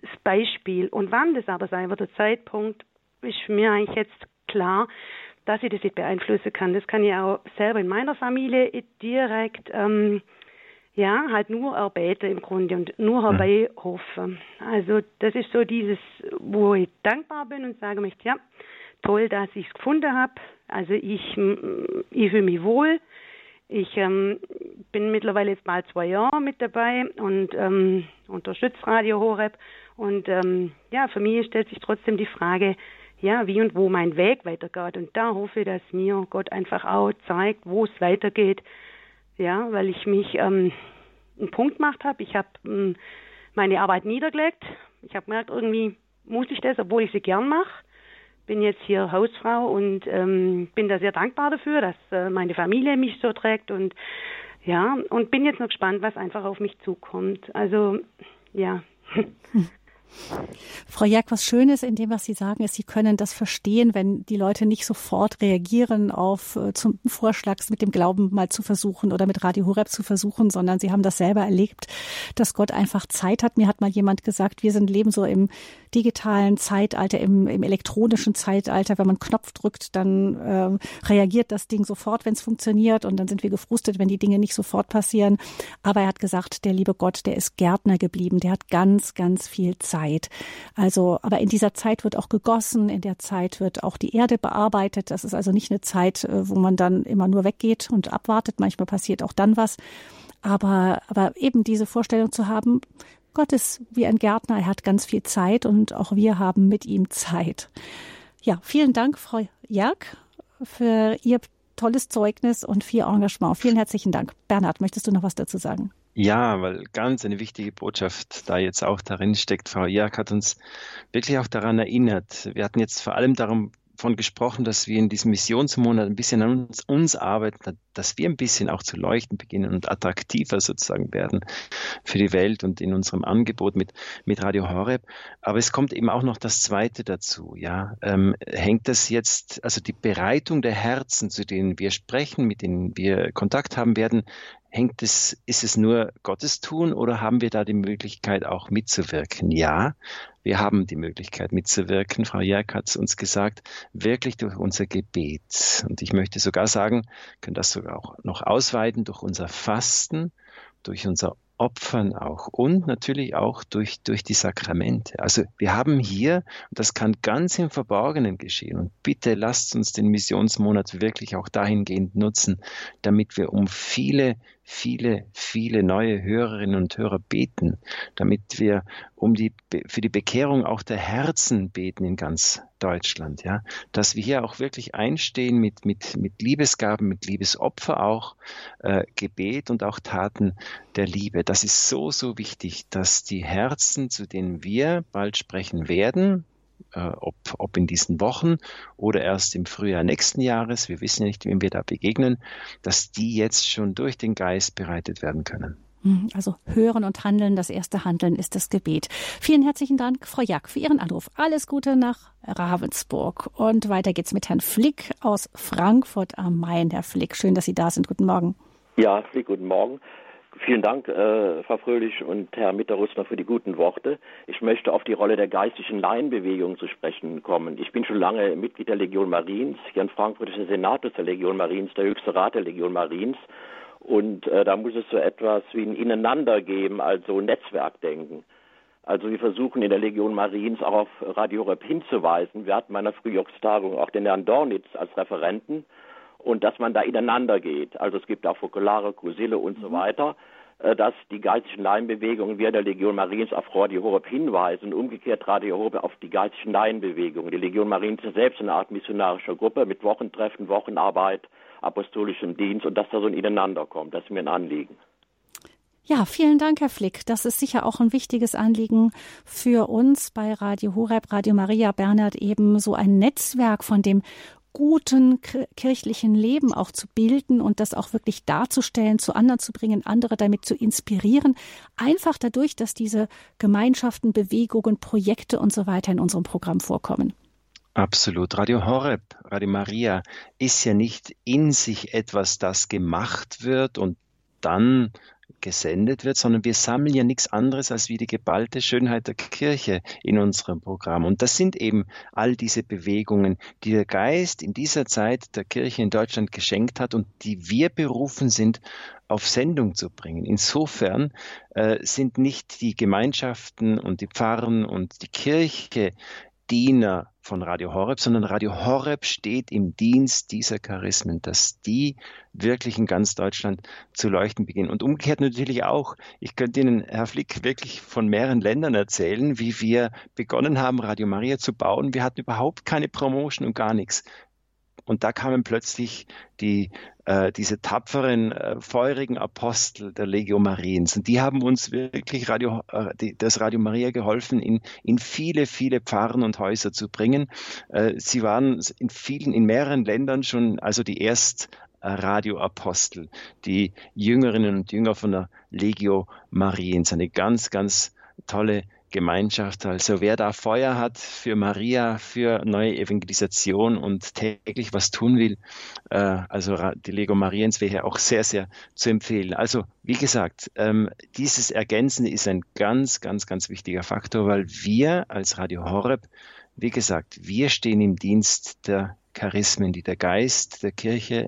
Beispiel. Und wann das aber sein wird, der Zeitpunkt, ist für mich eigentlich jetzt klar, dass ich das nicht beeinflussen kann. Das kann ich auch selber in meiner Familie direkt halt nur erbeten im Grunde und nur herbeihoffen. Also das ist so dieses, wo ich dankbar bin und sage möchte, ja, toll, dass ich es gefunden habe. Also ich fühle mich wohl. Ich bin mittlerweile jetzt bald 2 Jahre mit dabei und unterstütze Radio Horeb. Und für mich stellt sich trotzdem die Frage, ja, wie und wo mein Weg weitergeht. Und da hoffe ich, dass mir Gott einfach auch zeigt, wo es weitergeht. Ja, weil ich mich einen Punkt gemacht habe. Ich habe meine Arbeit niedergelegt. Ich habe gemerkt, irgendwie muss ich das, obwohl ich sie gern mache. Bin jetzt hier Hausfrau und bin da sehr dankbar dafür, dass meine Familie mich so trägt und bin jetzt noch gespannt, was einfach auf mich zukommt. Also, ja. Frau Jerk, was Schönes in dem, was Sie sagen, ist, Sie können das verstehen, wenn die Leute nicht sofort reagieren auf zum Vorschlag, mit dem Glauben mal zu versuchen oder mit Radio Horeb zu versuchen, sondern Sie haben das selber erlebt, dass Gott einfach Zeit hat. Mir hat mal jemand gesagt, wir leben so im digitalen Zeitalter, im elektronischen Zeitalter. Wenn man einen Knopf drückt, dann reagiert das Ding sofort, wenn es funktioniert, und dann sind wir gefrustet, wenn die Dinge nicht sofort passieren. Aber er hat gesagt, der liebe Gott, der ist Gärtner geblieben, der hat ganz, ganz viel Zeit. Also, aber in dieser Zeit wird auch gegossen, in der Zeit wird auch die Erde bearbeitet. Das ist also nicht eine Zeit, wo man dann immer nur weggeht und abwartet. Manchmal passiert auch dann was. Aber eben diese Vorstellung zu haben, Gott ist wie ein Gärtner, er hat ganz viel Zeit und auch wir haben mit ihm Zeit. Ja, vielen Dank, Frau Jerk, für Ihr tolles Zeugnis und für Ihr Engagement. Vielen herzlichen Dank. Bernhard, möchtest du noch was dazu sagen? Ja, weil ganz eine wichtige Botschaft da jetzt auch darin steckt. Frau Jerk hat uns wirklich auch daran erinnert. Wir hatten jetzt vor allem davon gesprochen, dass wir in diesem Missionsmonat ein bisschen an uns arbeiten, dass wir ein bisschen auch zu leuchten beginnen und attraktiver sozusagen werden für die Welt und in unserem Angebot mit Radio Horeb. Aber es kommt eben auch noch das Zweite dazu. Ja, hängt das jetzt, also die Bereitung der Herzen, zu denen wir sprechen, mit denen wir Kontakt haben werden, ist es nur Gottes Tun oder haben wir da die Möglichkeit auch mitzuwirken? Ja, wir haben die Möglichkeit mitzuwirken. Frau Jerk hat es uns gesagt, wirklich durch unser Gebet. Und ich möchte sogar sagen, können das sogar auch noch ausweiten durch unser Fasten, durch unser Opfern auch und natürlich auch durch die Sakramente. Also wir haben hier, und das kann ganz im Verborgenen geschehen, und bitte lasst uns den Missionsmonat wirklich auch dahingehend nutzen, damit wir um viele neue Hörerinnen und Hörer beten, damit wir für die Bekehrung auch der Herzen beten in ganz Deutschland, ja, dass wir hier auch wirklich einstehen mit Liebesgaben, mit Liebesopfer auch, Gebet und auch Taten der Liebe. Das ist so, so wichtig, dass die Herzen, zu denen wir bald sprechen werden, ob in diesen Wochen oder erst im Frühjahr nächsten Jahres, wir wissen ja nicht, wem wir da begegnen, dass die jetzt schon durch den Geist bereitet werden können. Also hören und handeln, das erste Handeln ist das Gebet. Vielen herzlichen Dank, Frau Jerk, für Ihren Anruf. Alles Gute nach Ravensburg. Und weiter geht's mit Herrn Flick aus Frankfurt am Main. Herr Flick, schön, dass Sie da sind. Guten Morgen. Ja, Flick, guten Morgen. Vielen Dank, Frau Fröhlich und Herr Mitterrüstner, für die guten Worte. Ich möchte auf die Rolle der geistlichen Laienbewegung zu sprechen kommen. Ich bin schon lange Mitglied der Legion Mariens. Hier in Frankfurt ist der Senatus der Legion Mariens, der höchste Rat der Legion Mariens. Und da muss es so etwas wie ein Ineinander geben, also Netzwerkdenken. Also wir versuchen in der Legion Mariens auch auf Radio Horeb hinzuweisen. Wir hatten bei einer Frühjahrstagung auch den Herrn Dornitz als Referenten. Und dass man da ineinander geht. Also es gibt auch Fokolare, Kusile und so weiter, dass die geistlichen Laienbewegungen wir der Legion Mariens auf Radio Horeb hinweisen, umgekehrt Radio Horeb auf die geistlichen Laienbewegungen. Die Legion Mariens ist selbst eine Art missionarischer Gruppe mit Wochentreffen, Wochenarbeit, apostolischem Dienst, und dass da so ein Ineinander kommt. Das ist mir ein Anliegen. Ja, vielen Dank, Herr Flick. Das ist sicher auch ein wichtiges Anliegen für uns bei Radio Horeb, Radio Maria. Bernhard, eben so ein Netzwerk von dem guten kirchlichen Leben auch zu bilden und das auch wirklich darzustellen, zu anderen zu bringen, andere damit zu inspirieren. Einfach dadurch, dass diese Gemeinschaften, Bewegungen, Projekte und so weiter in unserem Programm vorkommen. Absolut. Radio Horeb, Radio Maria ist ja nicht in sich etwas, das gemacht wird und dann gesendet wird, sondern wir sammeln ja nichts anderes als wie die geballte Schönheit der Kirche in unserem Programm. Und das sind eben all diese Bewegungen, die der Geist in dieser Zeit der Kirche in Deutschland geschenkt hat und die wir berufen sind, auf Sendung zu bringen. Insofern sind nicht die Gemeinschaften und die Pfarren und die Kirche Diener von Radio Horeb, sondern Radio Horeb steht im Dienst dieser Charismen, dass die wirklich in ganz Deutschland zu leuchten beginnen. Und umgekehrt natürlich auch. Ich könnte Ihnen, Herr Flick, wirklich von mehreren Ländern erzählen, wie wir begonnen haben, Radio Maria zu bauen. Wir hatten überhaupt keine Promotion und gar nichts. Und da kamen plötzlich diese tapferen, feurigen Apostel der Legio Mariens. Und die haben uns wirklich das Radio Maria geholfen, in viele, viele Pfarren und Häuser zu bringen. Sie waren in mehreren Ländern schon, also die Radioapostel, die Jüngerinnen und Jünger von der Legio Mariens. Eine ganz, ganz tolle Gemeinschaft. Also wer da Feuer hat für Maria, für neue Evangelisation und täglich was tun will, also die Legio Mariens wäre auch sehr, sehr zu empfehlen. Also wie gesagt, dieses Ergänzen ist ein ganz, ganz, ganz wichtiger Faktor, weil wir als Radio Horeb, wie gesagt, wir stehen im Dienst der Charismen, die der Geist der Kirche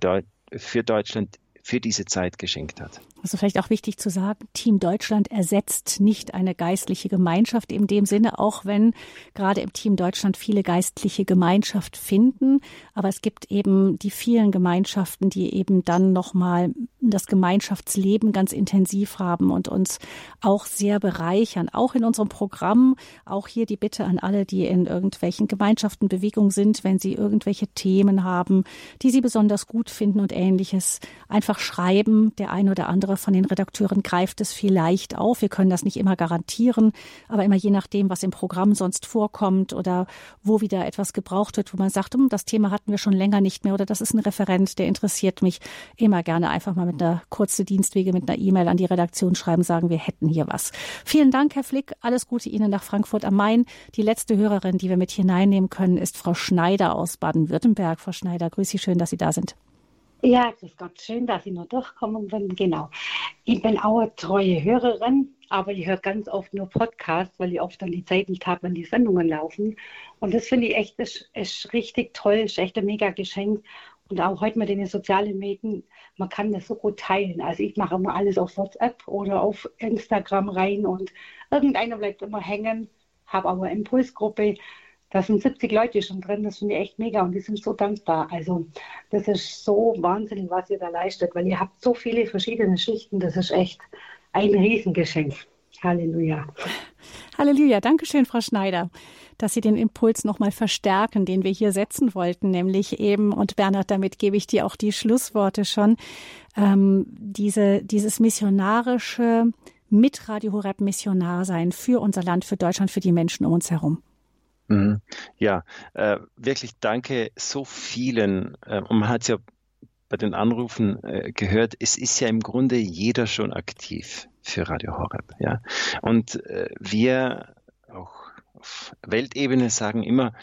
für Deutschland für diese Zeit geschenkt hat. Also vielleicht auch wichtig zu sagen, Team Deutschland ersetzt nicht eine geistliche Gemeinschaft in dem Sinne, auch wenn gerade im Team Deutschland viele geistliche Gemeinschaft finden. Aber es gibt eben die vielen Gemeinschaften, die eben dann nochmal das Gemeinschaftsleben ganz intensiv haben und uns auch sehr bereichern. Auch in unserem Programm, auch hier die Bitte an alle, die in irgendwelchen Gemeinschaften, Bewegungen sind, wenn sie irgendwelche Themen haben, die sie besonders gut finden und Ähnliches, einfach schreiben. Der ein oder andere von den Redakteuren greift es vielleicht auf. Wir können das nicht immer garantieren, aber immer je nachdem, was im Programm sonst vorkommt oder wo wieder etwas gebraucht wird, wo man sagt, das Thema hatten wir schon länger nicht mehr oder das ist ein Referent, der interessiert mich, immer gerne einfach mal mit einer kurzen Dienstwege, mit einer E-Mail an die Redaktion schreiben, sagen, wir hätten hier was. Vielen Dank, Herr Flick. Alles Gute Ihnen nach Frankfurt am Main. Die letzte Hörerin, die wir mit hineinnehmen können, ist Frau Schneider aus Baden-Württemberg. Frau Schneider, grüß Sie, schön, dass Sie da sind. Ja, grüß Gott, schön, dass ich noch durchkommen bin. Genau. Ich bin auch eine treue Hörerin, aber ich höre ganz oft nur Podcasts, weil ich oft an die Zeit nicht habe, wenn die Sendungen laufen. Und das finde ich echt, ist richtig toll, ist echt ein mega Geschenk. Und auch heute mit den sozialen Medien, man kann das so gut teilen. Also ich mache immer alles auf WhatsApp oder auf Instagram rein und irgendeiner bleibt immer hängen, habe aber eine Impulsgruppe. Da sind 70 Leute schon drin, das finde ich echt mega und die sind so dankbar. Also das ist so wahnsinnig, was ihr da leistet, weil ihr habt so viele verschiedene Schichten, das ist echt ein Riesengeschenk. Halleluja. Halleluja, Dankeschön, Frau Schneider, dass Sie den Impuls nochmal verstärken, den wir hier setzen wollten, nämlich eben, und Bernhard, damit gebe ich dir auch die Schlussworte schon, dieses missionarische mit Radio Horeb Missionar sein für unser Land, für Deutschland, für die Menschen um uns herum. Ja, wirklich danke so vielen. Und man hat es ja bei den Anrufen gehört, es ist ja im Grunde jeder schon aktiv für Radio Horeb. Ja? Und wir auch auf Weltebene sagen immer,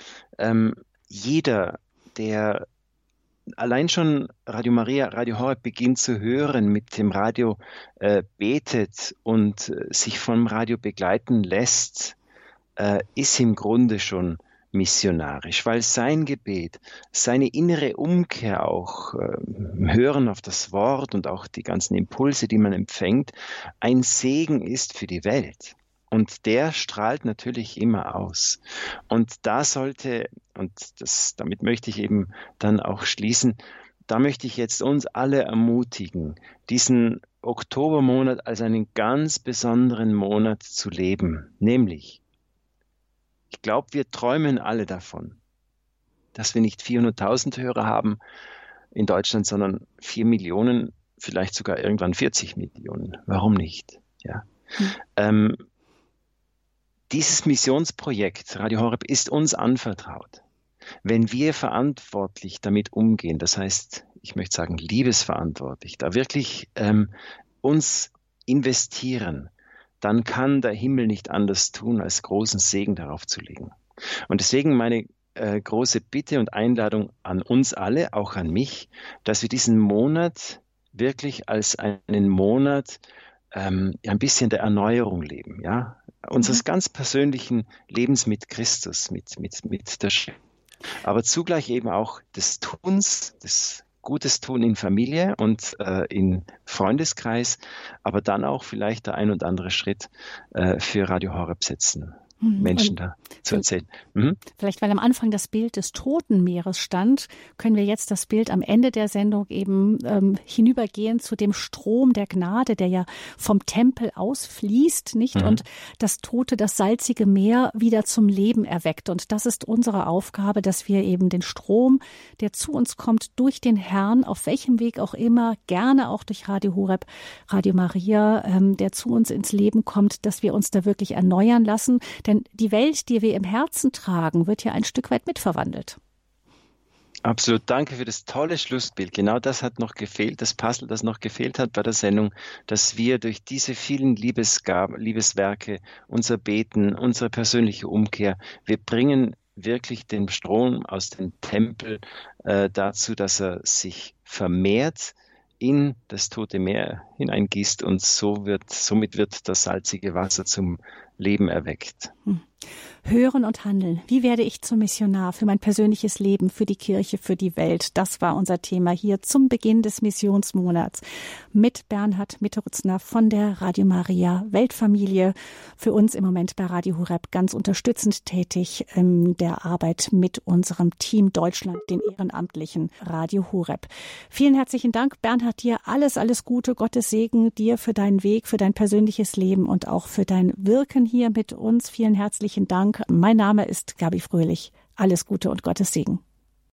jeder, der allein schon Radio Maria, Radio Horeb beginnt zu hören, mit dem Radio betet und sich vom Radio begleiten lässt, ist im Grunde schon missionarisch, weil sein Gebet, seine innere Umkehr auch, Hören auf das Wort und auch die ganzen Impulse, die man empfängt, ein Segen ist für die Welt. Und der strahlt natürlich immer aus. Und da sollte, und damit möchte ich eben dann auch schließen, da möchte ich jetzt uns alle ermutigen, diesen Oktobermonat als einen ganz besonderen Monat zu leben, nämlich ich glaube, wir träumen alle davon, dass wir nicht 400.000 Hörer haben in Deutschland, sondern 4 Millionen, vielleicht sogar irgendwann 40 Millionen. Warum nicht? Ja. Dieses Missionsprojekt Radio Horeb ist uns anvertraut. Wenn wir verantwortlich damit umgehen, das heißt, ich möchte sagen, liebesverantwortlich, da wirklich uns investieren, dann kann der Himmel nicht anders tun, als großen Segen darauf zu legen. Und deswegen meine große Bitte und Einladung an uns alle, auch an mich, dass wir diesen Monat wirklich als einen Monat ein bisschen der Erneuerung leben, ja, unseres ganz persönlichen Lebens mit Christus, mit der Schrift, aber zugleich eben auch des Tuns, des Gutes tun in Familie und in Freundeskreis, aber dann auch vielleicht der ein oder andere Schritt für Radio Horeb setzen. Menschen da zu erzählen. Vielleicht, weil am Anfang das Bild des Toten Meeres stand, können wir jetzt das Bild am Ende der Sendung eben hinübergehen zu dem Strom der Gnade, der ja vom Tempel ausfließt, nicht? Und das tote, das salzige Meer wieder zum Leben erweckt. Und das ist unsere Aufgabe, dass wir eben den Strom, der zu uns kommt, durch den Herrn, auf welchem Weg auch immer, gerne auch durch Radio Horeb, Radio Maria, der zu uns ins Leben kommt, dass wir uns da wirklich erneuern lassen. Denn die Welt, die wir im Herzen tragen, wird ja ein Stück weit mitverwandelt. Absolut, danke für das tolle Schlussbild. Genau das hat noch gefehlt, das Puzzle, das noch gefehlt hat bei der Sendung, dass wir durch diese vielen Liebeswerke, unser Beten, unsere persönliche Umkehr, wir bringen wirklich den Strom aus dem Tempel dazu, dass er sich vermehrt in das Tote Meer hineingießt und somit wird das salzige Wasser zum Leben erweckt. Hören und handeln. Wie werde ich zum Missionar für mein persönliches Leben, für die Kirche, für die Welt? Das war unser Thema hier zum Beginn des Missionsmonats mit Bernhard Mitterutzner von der Radio Maria Weltfamilie. Für uns im Moment bei Radio Horeb ganz unterstützend tätig in der Arbeit mit unserem Team Deutschland, den ehrenamtlichen Radio Horeb. Vielen herzlichen Dank, Bernhard, dir alles Gute, Gottes Segen dir für deinen Weg, für dein persönliches Leben und auch für dein Wirken hier mit uns. Vielen herzlichen Dank. Mein Name ist Gabi Fröhlich. Alles Gute und Gottes Segen.